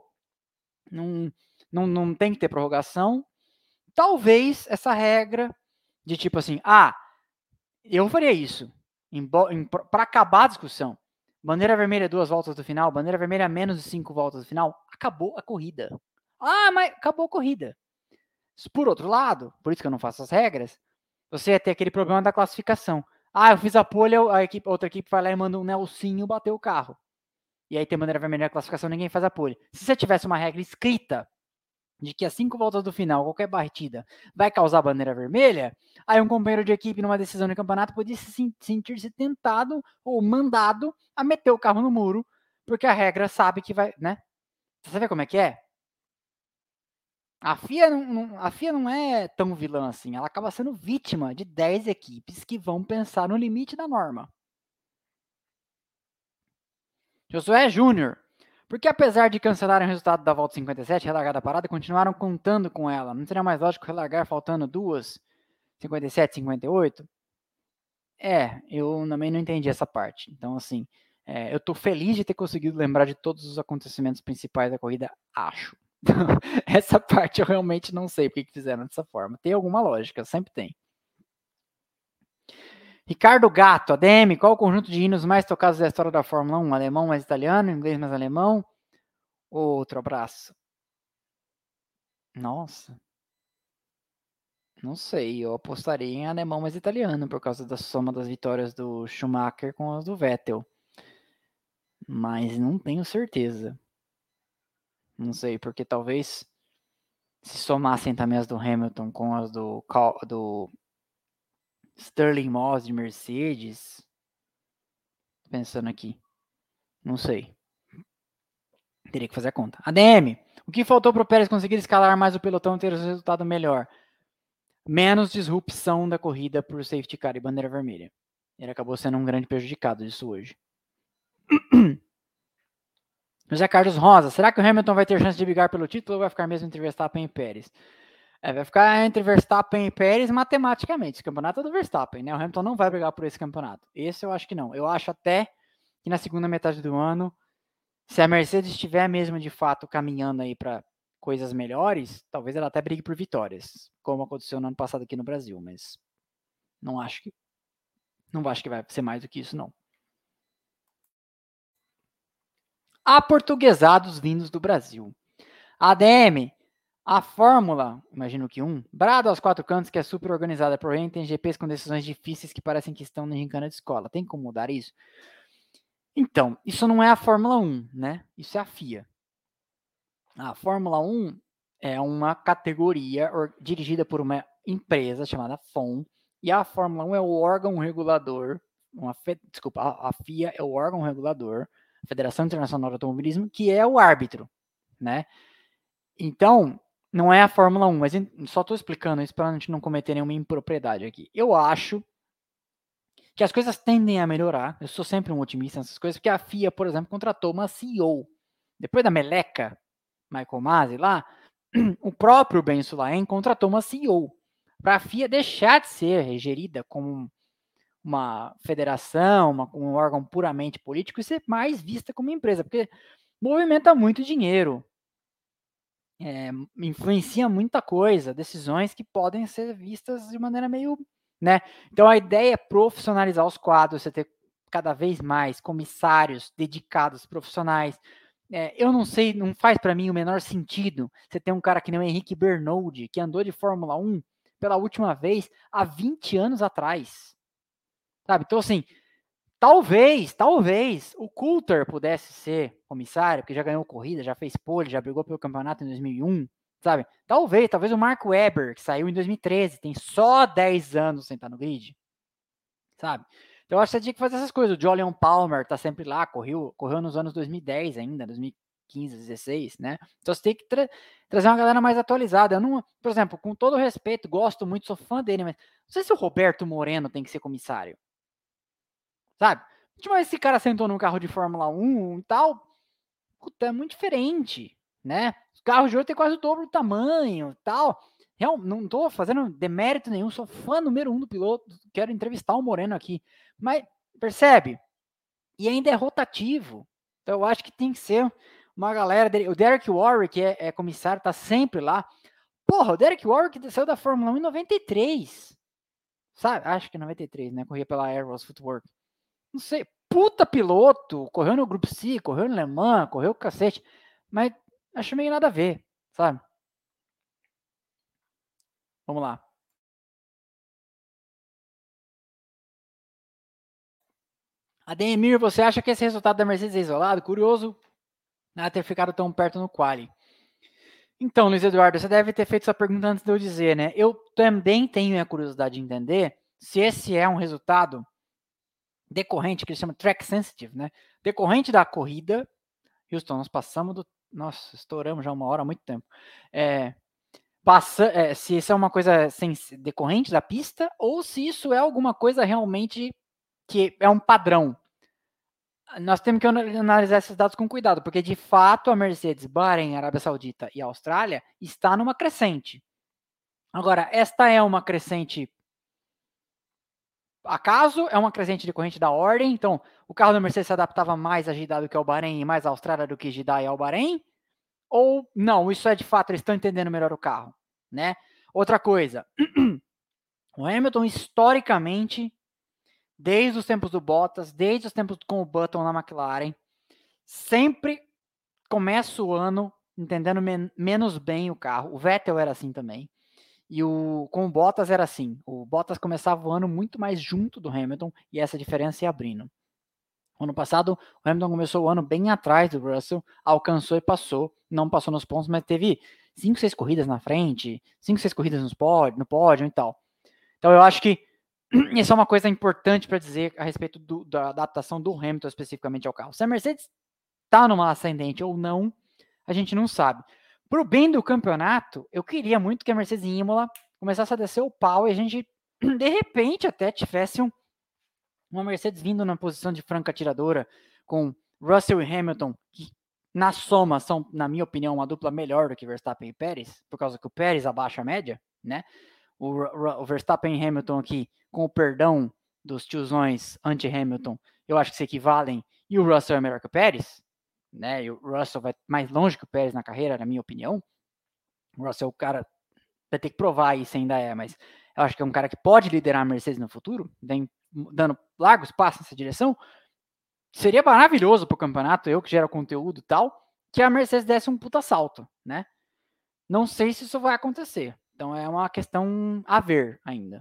Não tem que ter prorrogação. Talvez essa regra de tipo assim, eu faria isso para acabar a discussão. Bandeira vermelha 2 voltas do final, bandeira vermelha menos de 5 voltas do final, acabou a corrida. Mas acabou a corrida. Por outro lado, por isso que eu não faço as regras, você ia ter aquele problema da classificação. Eu fiz a pole, outra equipe vai lá e manda um Nelsinho bater o carro. E aí tem bandeira vermelha na classificação, ninguém faz a pole. Se você tivesse uma regra escrita de que a 5 voltas do final, qualquer batida, vai causar bandeira vermelha, aí um companheiro de equipe numa decisão de campeonato podia sentir-se tentado ou mandado a meter o carro no muro, porque a regra sabe que vai, né? Você vê como é que é? A FIA não é tão vilã assim, ela acaba sendo vítima de 10 equipes que vão pensar no limite da norma. Josué Júnior. Porque apesar de cancelarem o resultado da volta 57, relargada parada, continuaram contando com ela. Não seria mais lógico relargar faltando 57, 58? Eu também não entendi essa parte. Então, assim, eu tô feliz de ter conseguido lembrar de todos os acontecimentos principais da corrida, acho. Essa parte eu realmente não sei porque que fizeram dessa forma. Tem alguma lógica, sempre tem. Ricardo Gatto, ADM, qual o conjunto de hinos mais tocados da história da Fórmula 1? Alemão mais italiano, inglês mais alemão? Outro abraço. Nossa. Não sei, eu apostaria em alemão mais italiano por causa da soma das vitórias do Schumacher com as do Vettel. Mas não tenho certeza. Não sei, porque talvez se somassem também as do Hamilton com as do Sterling Moss de Mercedes. Pensando aqui. Não sei. Teria que fazer a conta. ADM. O que faltou para o Pérez conseguir escalar mais o pelotão e ter o resultado melhor? Menos disrupção da corrida por safety car e bandeira vermelha. Ele acabou sendo um grande prejudicado disso hoje. José Carlos Rosa. Será que o Hamilton vai ter chance de brigar pelo título ou vai ficar mesmo entre Verstappen e Pérez? Vai ficar entre Verstappen e Pérez matematicamente. Esse campeonato é do Verstappen, né? O Hamilton não vai brigar por esse campeonato. Esse eu acho que não. Eu acho até que na segunda metade do ano, se a Mercedes estiver mesmo de fato caminhando aí para coisas melhores, talvez ela até brigue por vitórias, como aconteceu no ano passado aqui no Brasil, mas não acho que vai ser mais do que isso, não. Aportuguesados vindos do Brasil. ADM, a Fórmula, imagino que brado aos 4 cantos, que é super organizada, porém tem GPs com decisões difíceis que parecem que estão na gincana de escola. Tem como mudar isso? Então, isso não é a Fórmula 1, né? Isso é a FIA. A Fórmula 1 é uma categoria dirigida por uma empresa chamada FOM, e a Fórmula 1 é o órgão regulador, a FIA é o órgão regulador, a Federação Internacional de Automobilismo, que é o árbitro, né? Então, não é a Fórmula 1, mas só estou explicando isso para a gente não cometer nenhuma impropriedade aqui. Eu acho que as coisas tendem a melhorar, eu sou sempre um otimista nessas coisas, porque a FIA, por exemplo, contratou uma CEO. Depois da meleca, Michael Masi lá, o próprio Ben Sulayem contratou uma CEO para a FIA deixar de ser gerida como uma federação, um órgão puramente político e ser mais vista como empresa, porque movimenta muito dinheiro, influencia muita coisa, decisões que podem ser vistas de maneira meio, né? Então a ideia é profissionalizar os quadros, você ter cada vez mais comissários dedicados, profissionais. Eu não sei, não faz para mim o menor sentido você ter um cara que nem o Henrique Bernoldi, que andou de Fórmula 1 pela última vez há 20 anos atrás. Sabe? Então, assim, talvez o Coulter pudesse ser comissário, porque já ganhou corrida, já fez pole, já brigou pelo campeonato em 2001, sabe? Talvez o Mark Webber, que saiu em 2013, tem só 10 anos sem estar no grid, sabe? Então, eu acho que você tinha que fazer essas coisas. O Jolyon Palmer tá sempre lá, correu nos anos 2010 ainda, 15, 16, né? Então você tem que trazer uma galera mais atualizada. Eu não, por exemplo, com todo respeito, gosto muito, sou fã dele, mas não sei se o Roberto Moreno tem que ser comissário, sabe? A última vez esse cara sentou num carro de Fórmula 1 e tal, puta, é muito diferente, né? Os carros de hoje têm quase o dobro do tamanho e tal. Não tô fazendo demérito nenhum, sou fã número 1 do piloto, quero entrevistar o Moreno aqui. Mas, percebe? E ainda é rotativo. Então eu acho que tem que ser uma galera dele. O Derek Warwick é comissário, tá sempre lá. Porra, o Derek Warwick saiu da Fórmula 1 em 93. Sabe? Acho que 93, né? Corria pela Arrows Footwork. Não sei. Puta piloto. Correu no Grupo C, correu no Le Mans, correu com cacete. Mas acho meio nada a ver, sabe? Vamos lá. Ademir, você acha que esse resultado da Mercedes é isolado? Curioso não ter ficado tão perto no quali. Então, Luiz Eduardo, você deve ter feito essa pergunta antes de eu dizer, né? Eu também tenho a curiosidade de entender se esse é um resultado decorrente, que eles chamam track sensitive, né? Decorrente da corrida. Houston, nós passamos do. Nossa, estouramos já 1 hora há muito tempo. Se isso é uma coisa decorrente da pista ou se isso é alguma coisa realmente que é um padrão. Nós temos que analisar esses dados com cuidado, porque de fato a Mercedes, Bahrein, Arábia Saudita e Austrália está numa crescente. Agora, esta é uma crescente acaso, é uma crescente decorrente da ordem, então o carro da Mercedes se adaptava mais a Jeddah do que ao Bahrein e mais à Austrália do que Jeddah e ao Bahrein? Ou não, isso é de fato, eles estão entendendo melhor o carro, né? Outra coisa, o Hamilton historicamente, desde os tempos do Bottas, desde os tempos com o Button na McLaren, sempre começa o ano entendendo menos bem o carro. O Vettel era assim também. E com o Bottas era assim. O Bottas começava o ano muito mais junto do Hamilton e essa diferença ia abrindo. Ano passado, o Hamilton começou o ano bem atrás do Russell, alcançou e passou. Não passou nos pontos, mas teve 5, 6 corridas na frente, 5, 6 corridas no pódio e tal. Então eu acho que isso é uma coisa importante para dizer a respeito da adaptação do Hamilton especificamente ao carro. Se a Mercedes está numa ascendente ou não, a gente não sabe. Pro bem do campeonato, eu queria muito que a Mercedes em Imola começasse a descer o pau e a gente, de repente, até tivesse uma Mercedes vindo na posição de franca atiradora, com Russell e Hamilton, que na soma são, na minha opinião, uma dupla melhor do que Verstappen e Pérez, por causa que o Pérez abaixa a média, né? O Verstappen e Hamilton aqui, com o perdão dos tiozões anti-Hamilton, eu acho que se equivalem, e o Russell é melhor que o Pérez, né? E o Russell vai mais longe que o Pérez na carreira, na minha opinião. O Russell, o cara, vai ter que provar isso ainda mas eu acho que é um cara que pode liderar a Mercedes no futuro, dando largos passos nessa direção. Seria maravilhoso para o campeonato, eu que gero conteúdo e tal, que a Mercedes desse um puta salto, né? Não sei se isso vai acontecer. Então é uma questão a ver ainda.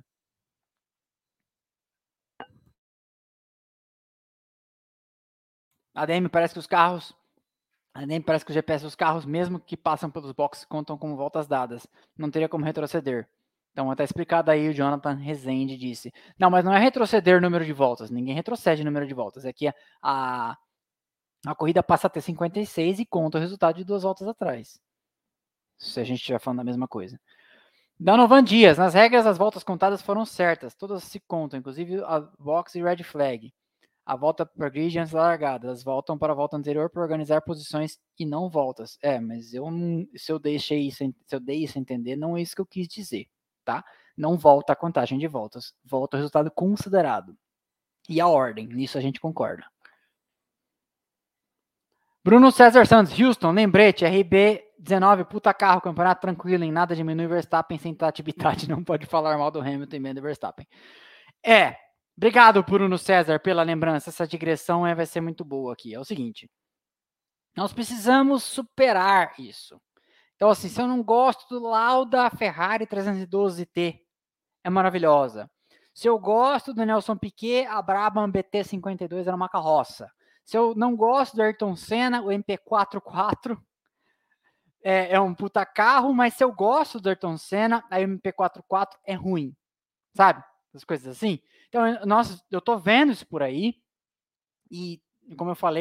ADM parece que os GPS dos carros, mesmo que passam pelos boxes, contam como voltas dadas. Não teria como retroceder. Então, até explicado aí, o Jonathan Rezende disse. Não, mas não é retroceder o número de voltas. Ninguém retrocede o número de voltas. É que a corrida passa a ter 56 e conta o resultado de 2 voltas atrás. Se a gente estiver falando da mesma coisa. Donovan Dias. Nas regras, as voltas contadas foram certas. Todas se contam, inclusive a box e red flag. A volta para grid antes da largada. Elas voltam para a volta anterior para organizar posições e não voltas. Mas se eu dei isso a entender, não é isso que eu quis dizer, tá? Não volta a contagem de voltas. Volta o resultado considerado. E a ordem, nisso a gente concorda. Bruno César Santos, Houston, lembrete, RB19, puta carro, campeonato tranquilo, em nada diminui Verstappen sem atividade, não pode falar mal do Hamilton e menos do Verstappen. Obrigado, Bruno César, pela lembrança. Essa digressão vai ser muito boa aqui. É o seguinte, nós precisamos superar isso. Então, assim, se eu não gosto do Lauda Ferrari 312T, é maravilhosa. Se eu gosto do Nelson Piquet, a Brabham BT52 era uma carroça. Se eu não gosto do Ayrton Senna, o MP44 é um puta carro, mas se eu gosto do Ayrton Senna, a MP44 é ruim, sabe? As coisas assim. Então, eu tô vendo isso por aí, e como eu falei,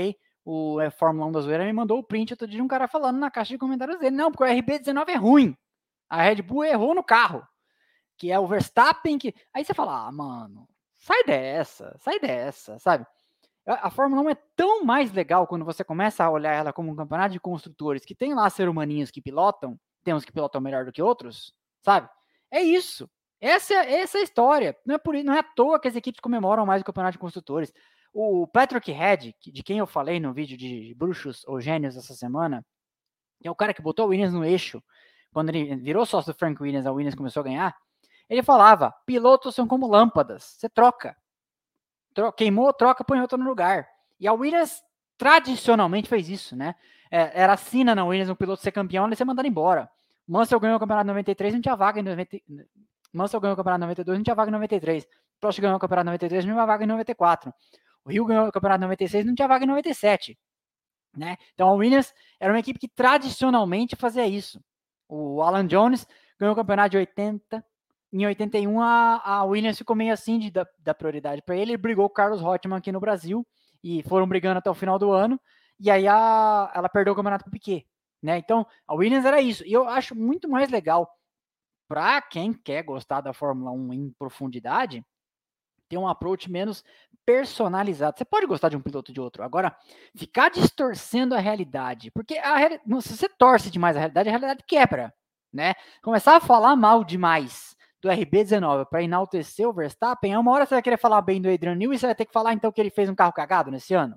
o Fórmula 1 da zoeira me mandou o print outro dia de um cara falando na caixa de comentários dele, não, porque o RB19 é ruim. A Red Bull errou no carro, que é o Verstappen que... Aí você fala, mano, sai dessa, sabe? A Fórmula 1 é tão mais legal quando você começa a olhar ela como um campeonato de construtores, que tem lá ser humaninhos que pilotam, tem uns que pilotam melhor do que outros, sabe? É isso. Essa é a história. Não é à toa que as equipes comemoram mais o campeonato de construtores. O Patrick Head, de quem eu falei no vídeo de bruxos ou gênios essa semana, que é o cara que botou o Williams no eixo, quando ele virou sócio do Frank Williams, a Williams começou a ganhar, ele falava, pilotos são como lâmpadas, você troca. Queimou, troca, põe outro no lugar. E a Williams tradicionalmente fez isso, né? Era a sina na Williams, um piloto ser campeão, ele ser mandado embora. Mansell ganhou o campeonato em 93, não tinha vaga em 90. Mansell ganhou o campeonato em 92, não tinha vaga em 93. Prost ganhou o campeonato em 93, não tinha vaga em 94. O Hill ganhou o campeonato em 96, não tinha vaga em 97. Né? Então a Williams era uma equipe que tradicionalmente fazia isso. O Alan Jones ganhou o campeonato de 80. Em 81, a Williams ficou meio assim de dar prioridade para ele. Ele brigou com o Carlos Reutemann aqui no Brasil e foram brigando até o final do ano. E aí ela perdeu o campeonato para o Piquet. Né? Então a Williams era isso. E eu acho muito mais legal para quem quer gostar da Fórmula 1 em profundidade, ter um approach menos personalizado. Você pode gostar de um piloto de outro. Agora, ficar distorcendo a realidade, porque se você torce demais a realidade quebra, né? Começar a falar mal demais do RB19 para enaltecer o Verstappen, uma hora você vai querer falar bem do Adrian Newey e você vai ter que falar então que ele fez um carro cagado nesse ano.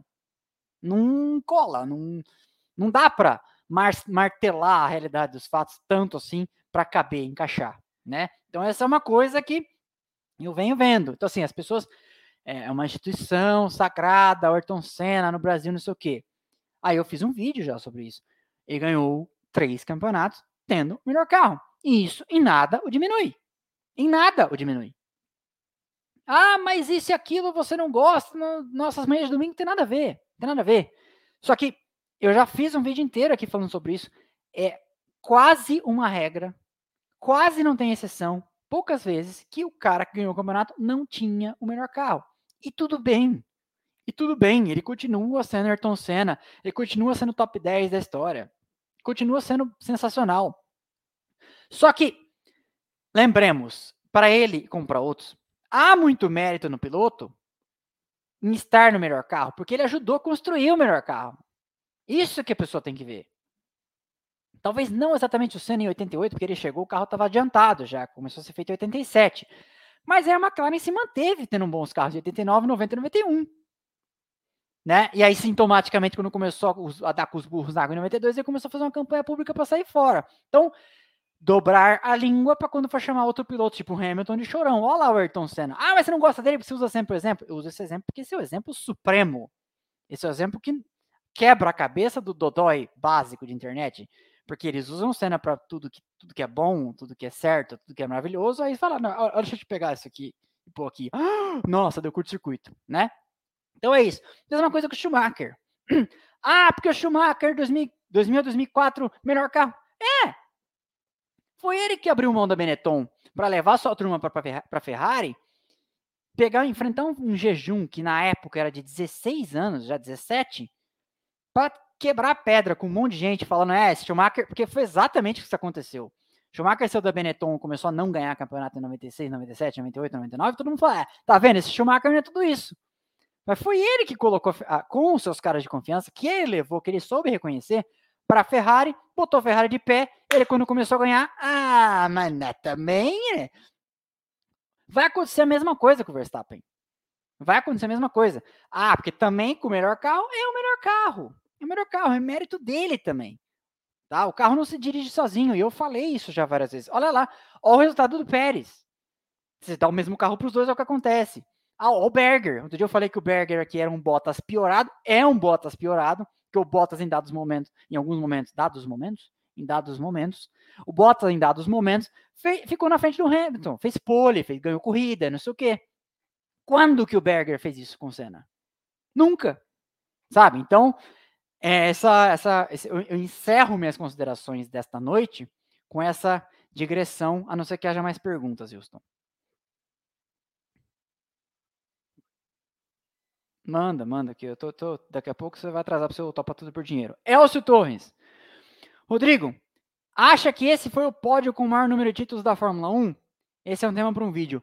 Não cola, não dá para martelar a realidade dos fatos tanto assim para caber, encaixar, né? Então essa é uma coisa que eu venho vendo. Então assim, as pessoas é uma instituição sagrada, Ayrton Senna no Brasil, não sei o quê. Aí eu fiz um vídeo já sobre isso. Ele ganhou 3 campeonatos tendo o melhor carro. E isso em nada o diminui. Em nada o diminui. Ah, mas isso e aquilo você não gosta, nossas manhãs de domingo tem nada a ver. Tem nada a ver. Só que eu já fiz um vídeo inteiro aqui falando sobre isso. É quase uma regra, quase não tem exceção, poucas vezes, que o cara que ganhou o campeonato não tinha o melhor carro. E tudo bem. E tudo bem, ele continua sendo Ayrton Senna, ele continua sendo top 10 da história, continua sendo sensacional. Só que, lembremos, para ele como para outros, há muito mérito no piloto em estar no melhor carro, porque ele ajudou a construir o melhor carro. Isso que a pessoa tem que ver. Talvez não exatamente o Senna em 88, porque ele chegou, o carro estava adiantado já, começou a ser feito em 87. Mas a McLaren se manteve tendo bons carros de 89, 90 e 91. Né? E aí, sintomaticamente, quando começou a dar com os burros na água em 92, ele começou a fazer uma campanha pública para sair fora. Então, dobrar a língua para quando for chamar outro piloto, tipo o Hamilton de chorão. Olha lá o Ayrton Senna. Ah, mas você não gosta dele porque você usa sempre o exemplo? Eu uso esse exemplo porque esse é o exemplo supremo. Esse é o exemplo que quebra a cabeça do dodói básico de internet. Porque eles usam o Senna para tudo que é bom, tudo que é certo, tudo que é maravilhoso. Aí fala, não, olha, deixa eu te pegar isso aqui e pôr aqui. Nossa, deu curto-circuito, né? Então é isso. Mesma coisa com o Schumacher. Ah, porque o Schumacher 2000, 2004, melhor carro. Foi ele que abriu mão da Benetton para levar sua turma para Ferrari, enfrentar um jejum que na época era de 16 anos, já 17, para quebrar a pedra com um monte de gente falando, esse Schumacher, porque foi exatamente isso que aconteceu. Schumacher saiu da Benetton, começou a não ganhar campeonato em 96, 97, 98, 99, todo mundo falou, tá vendo, esse Schumacher não é tudo isso. Mas foi ele que colocou, com os seus caras de confiança, que ele levou, que ele soube reconhecer, para a Ferrari, botou a Ferrari de pé, ele quando começou a ganhar, mas não, também vai acontecer a mesma coisa com o Verstappen. Vai acontecer a mesma coisa. Porque também com o melhor carro, é o melhor carro. É o melhor carro, é mérito dele também. Tá? O carro não se dirige sozinho, e eu falei isso já várias vezes. Olha lá, olha o resultado do Pérez. Se dá o mesmo carro para os dois, é o que acontece. O Berger. Outro dia eu falei que o Berger aqui era um Bottas piorado. É um Bottas piorado, que o Bottas em dados momentos, em dados momentos, o Bottas em dados momentos ficou na frente do Hamilton, fez pole, ganhou corrida, não sei o quê. Quando que o Berger fez isso com o Senna? Nunca. Sabe? Então, eu encerro minhas considerações desta noite com essa digressão, a não ser que haja mais perguntas, Houston. Manda, que eu tô. Daqui a pouco você vai atrasar para você topa tudo por dinheiro. Elcio Torres. Rodrigo, acha que esse foi o pódio com o maior número de títulos da Fórmula 1? Esse é um tema para um vídeo.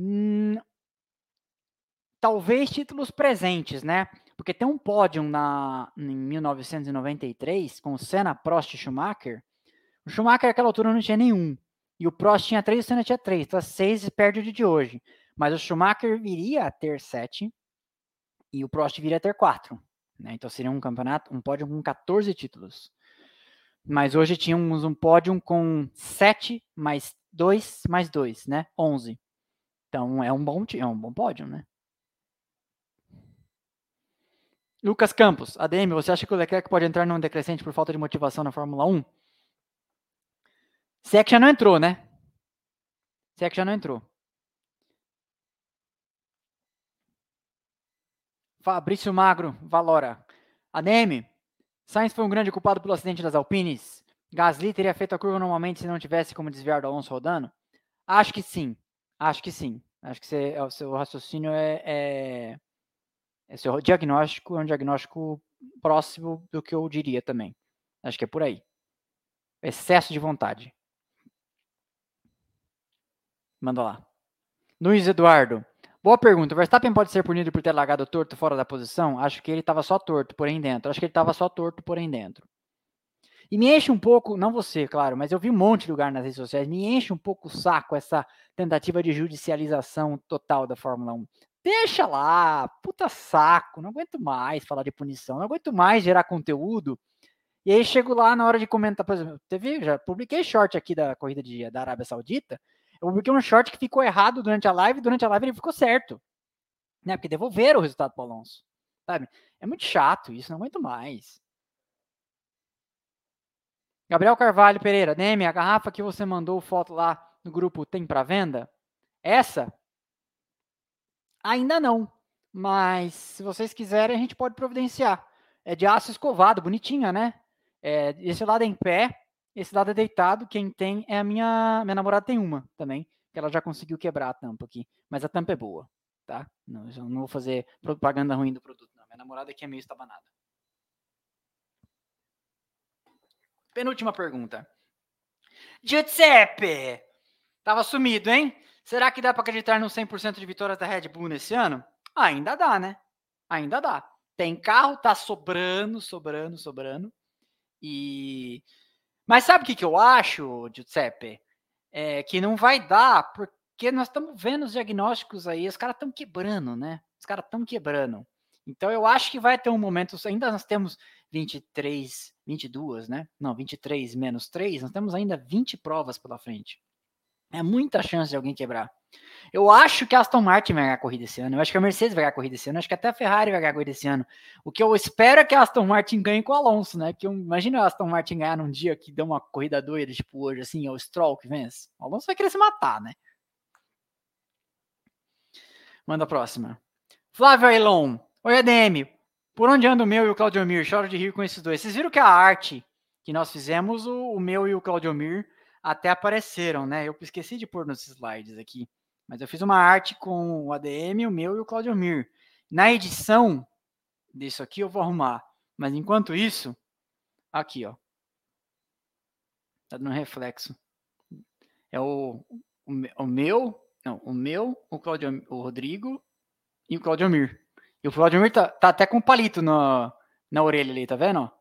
Talvez títulos presentes, né? Porque tem um pódio em 1993 com Senna, Prost e Schumacher. O Schumacher naquela altura não tinha nenhum. E o Prost tinha 3 e o Senna tinha 3. Então 6 perde o de hoje. Mas o Schumacher viria a ter 7 e o Prost viria a ter 4. Né? Então seria um campeonato, um pódio com 14 títulos. Mas hoje tínhamos um pódio com 7 mais 2 mais 2, né? 11. Então é um bom pódio, né? Lucas Campos, ADM, você acha que o Leclerc pode entrar num decrescente por falta de motivação na Fórmula 1? Se é que já não entrou, né? Se é que já não entrou. Fabrício Magro, Valora. ADM, Sainz foi um grande culpado pelo acidente das Alpines? Gasly teria feito a curva normalmente se não tivesse como desviar do Alonso rodando? Acho que sim. Acho que o seu raciocínio seu diagnóstico é um diagnóstico próximo do que eu diria também. Acho que é por aí. Excesso de vontade. Manda lá. Luiz Eduardo. Boa pergunta. O Verstappen pode ser punido por ter largado torto fora da posição? Acho que ele estava só torto, porém dentro. E me enche um pouco, não você, claro, mas eu vi um monte de lugar nas redes sociais, me enche um pouco o saco essa tentativa de judicialização total da Fórmula 1. Deixa lá, puta saco, não aguento mais falar de punição, não aguento mais gerar conteúdo. E aí chego lá na hora de comentar, por exemplo, já publiquei short aqui da corrida da Arábia Saudita, eu publiquei um short que ficou errado durante a live ele ficou certo. Né? Porque devolveram o resultado para o Alonso. Sabe? É muito chato isso, não aguento mais. Gabriel Carvalho Pereira, Neme, a garrafa que você mandou foto lá no grupo tem para venda? Essa? Ainda não. Mas se vocês quiserem, a gente pode providenciar. É de aço escovado, bonitinha, né? Esse lado é em pé, esse lado é deitado. Quem tem é a minha namorada tem uma também, que ela já conseguiu quebrar a tampa aqui. Mas a tampa é boa, tá? Não, eu não vou fazer propaganda ruim do produto, não. Minha namorada aqui é meio estabanada. Penúltima pergunta. Giuseppe! Tava sumido, hein? Será que dá para acreditar no 100% de vitórias da Red Bull nesse ano? Ainda dá, né? Ainda dá. Tem carro, tá sobrando. Mas sabe o que eu acho, Giuseppe? Que não vai dar, porque nós estamos vendo os diagnósticos aí, os caras estão quebrando, né? Então eu acho que vai ter um momento, ainda nós temos 23, 22, né? Não, 23 menos 3, nós temos ainda 20 provas pela frente. É muita chance de alguém quebrar. Eu acho que a Aston Martin vai ganhar a corrida esse ano. Eu acho que a Mercedes vai ganhar a corrida esse ano. Eu acho que até a Ferrari vai ganhar a corrida esse ano. O que eu espero é que a Aston Martin ganhe com o Alonso, né? Porque imagina a Aston Martin ganhar num dia que deu uma corrida doida, tipo hoje, assim, é o Stroll que vence. O Alonso vai querer se matar, né? Manda a próxima. Flávio Ailon. Oi, ADM. Por onde anda o meu e o Claudiomir? Choro de rir com esses dois. Vocês viram que a arte que nós fizemos, o meu e o Claudiomir até apareceram, né? Eu esqueci de pôr nos slides aqui. Mas eu fiz uma arte com o ADM, o meu e o Claudiomir. Na edição disso aqui eu vou arrumar. Mas enquanto isso, aqui, ó. Tá dando reflexo. É o meu, o Rodrigo e o Claudiomir. E o Claudiomir tá até com um palito na orelha ali, tá vendo?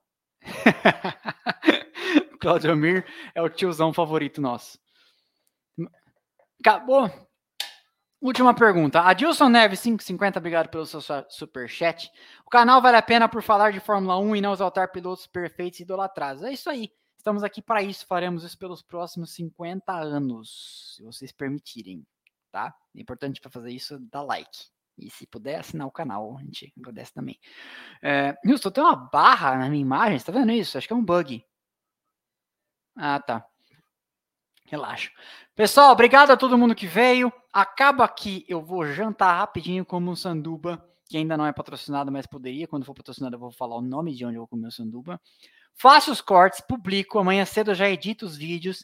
O Claudiomir é o tiozão favorito nosso. Acabou. Última pergunta. Adilson Neves, 550, obrigado pelo seu superchat. O canal vale a pena por falar de Fórmula 1 e não exaltar pilotos perfeitos e idolatrados. É isso aí. Estamos aqui para isso. Faremos isso pelos próximos 50 anos, se vocês permitirem, tá? É importante para fazer isso, dar like. E se puder assinar o canal, a gente agradece também. Nilson, tem uma barra na minha imagem, você tá vendo isso? Acho que é um bug. Ah, tá. Relaxa. Pessoal, obrigado a todo mundo que veio. Acaba aqui, eu vou jantar rapidinho como um sanduba, que ainda não é patrocinado, mas poderia. Quando for patrocinado, eu vou falar o nome de onde eu vou comer o sanduba. Faço os cortes, publico. Amanhã cedo eu já edito os vídeos.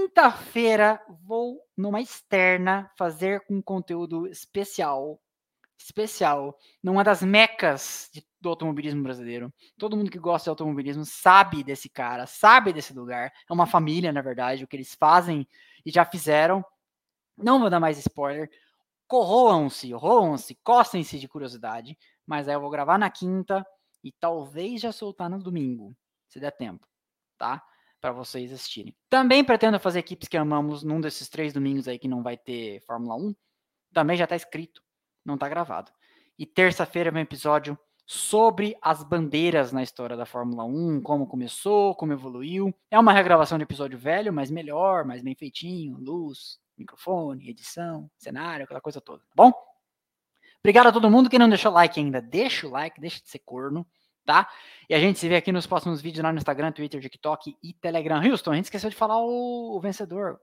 Quinta-feira vou numa externa fazer um conteúdo especial especial, numa das mecas do automobilismo brasileiro. Todo mundo que gosta de automobilismo sabe desse cara, sabe desse lugar. É uma família, na verdade, o que eles fazem e já fizeram. Não vou dar mais spoiler. Corroam-se, costem-se de curiosidade. Mas aí eu vou gravar na quinta e talvez já soltar no domingo, se der tempo, tá? Para vocês assistirem. Também pretendo fazer equipes que amamos num desses 3 domingos aí que não vai ter Fórmula 1. Também já está escrito, não está gravado. E terça-feira vem um episódio sobre as bandeiras na história da Fórmula 1, como começou, como evoluiu. É uma regravação de episódio velho, mas melhor, mais bem feitinho, luz, microfone, edição, cenário, aquela coisa toda, tá bom? Obrigado a todo mundo que não deixou like ainda. Deixa o like, deixa de ser corno, tá? E a gente se vê aqui nos próximos vídeos lá no Instagram, Twitter, TikTok e Telegram. Houston, a gente esqueceu de falar o vencedor.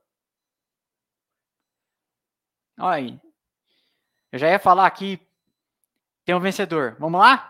Olha aí. Eu já ia falar aqui, tem um vencedor. Vamos lá?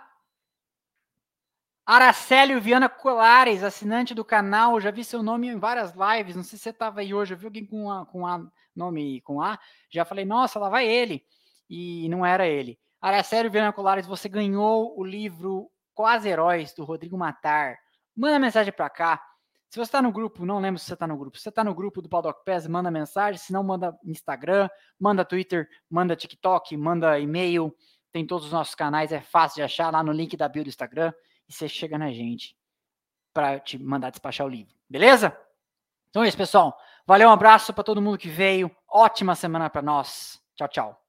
Aracélio Viana Colares, assinante do canal. Já vi seu nome em várias lives. Não sei se você estava aí hoje. Eu vi alguém nome com A. Já falei, nossa, lá vai ele. E não era ele. Aracélio Viana Colares, você ganhou o livro Quase Heróis, do Rodrigo Matar. Manda mensagem para cá. Se você está no grupo, não lembro se você está no grupo. Se você está no grupo do Paddock Pass, manda mensagem. Se não, manda Instagram, manda Twitter, manda TikTok, manda e-mail. Tem todos os nossos canais. É fácil de achar lá no link da bio do Instagram. E você chega na gente para te mandar despachar o livro. Beleza? Então é isso, pessoal. Valeu, um abraço para todo mundo que veio. Ótima semana para nós. Tchau, tchau.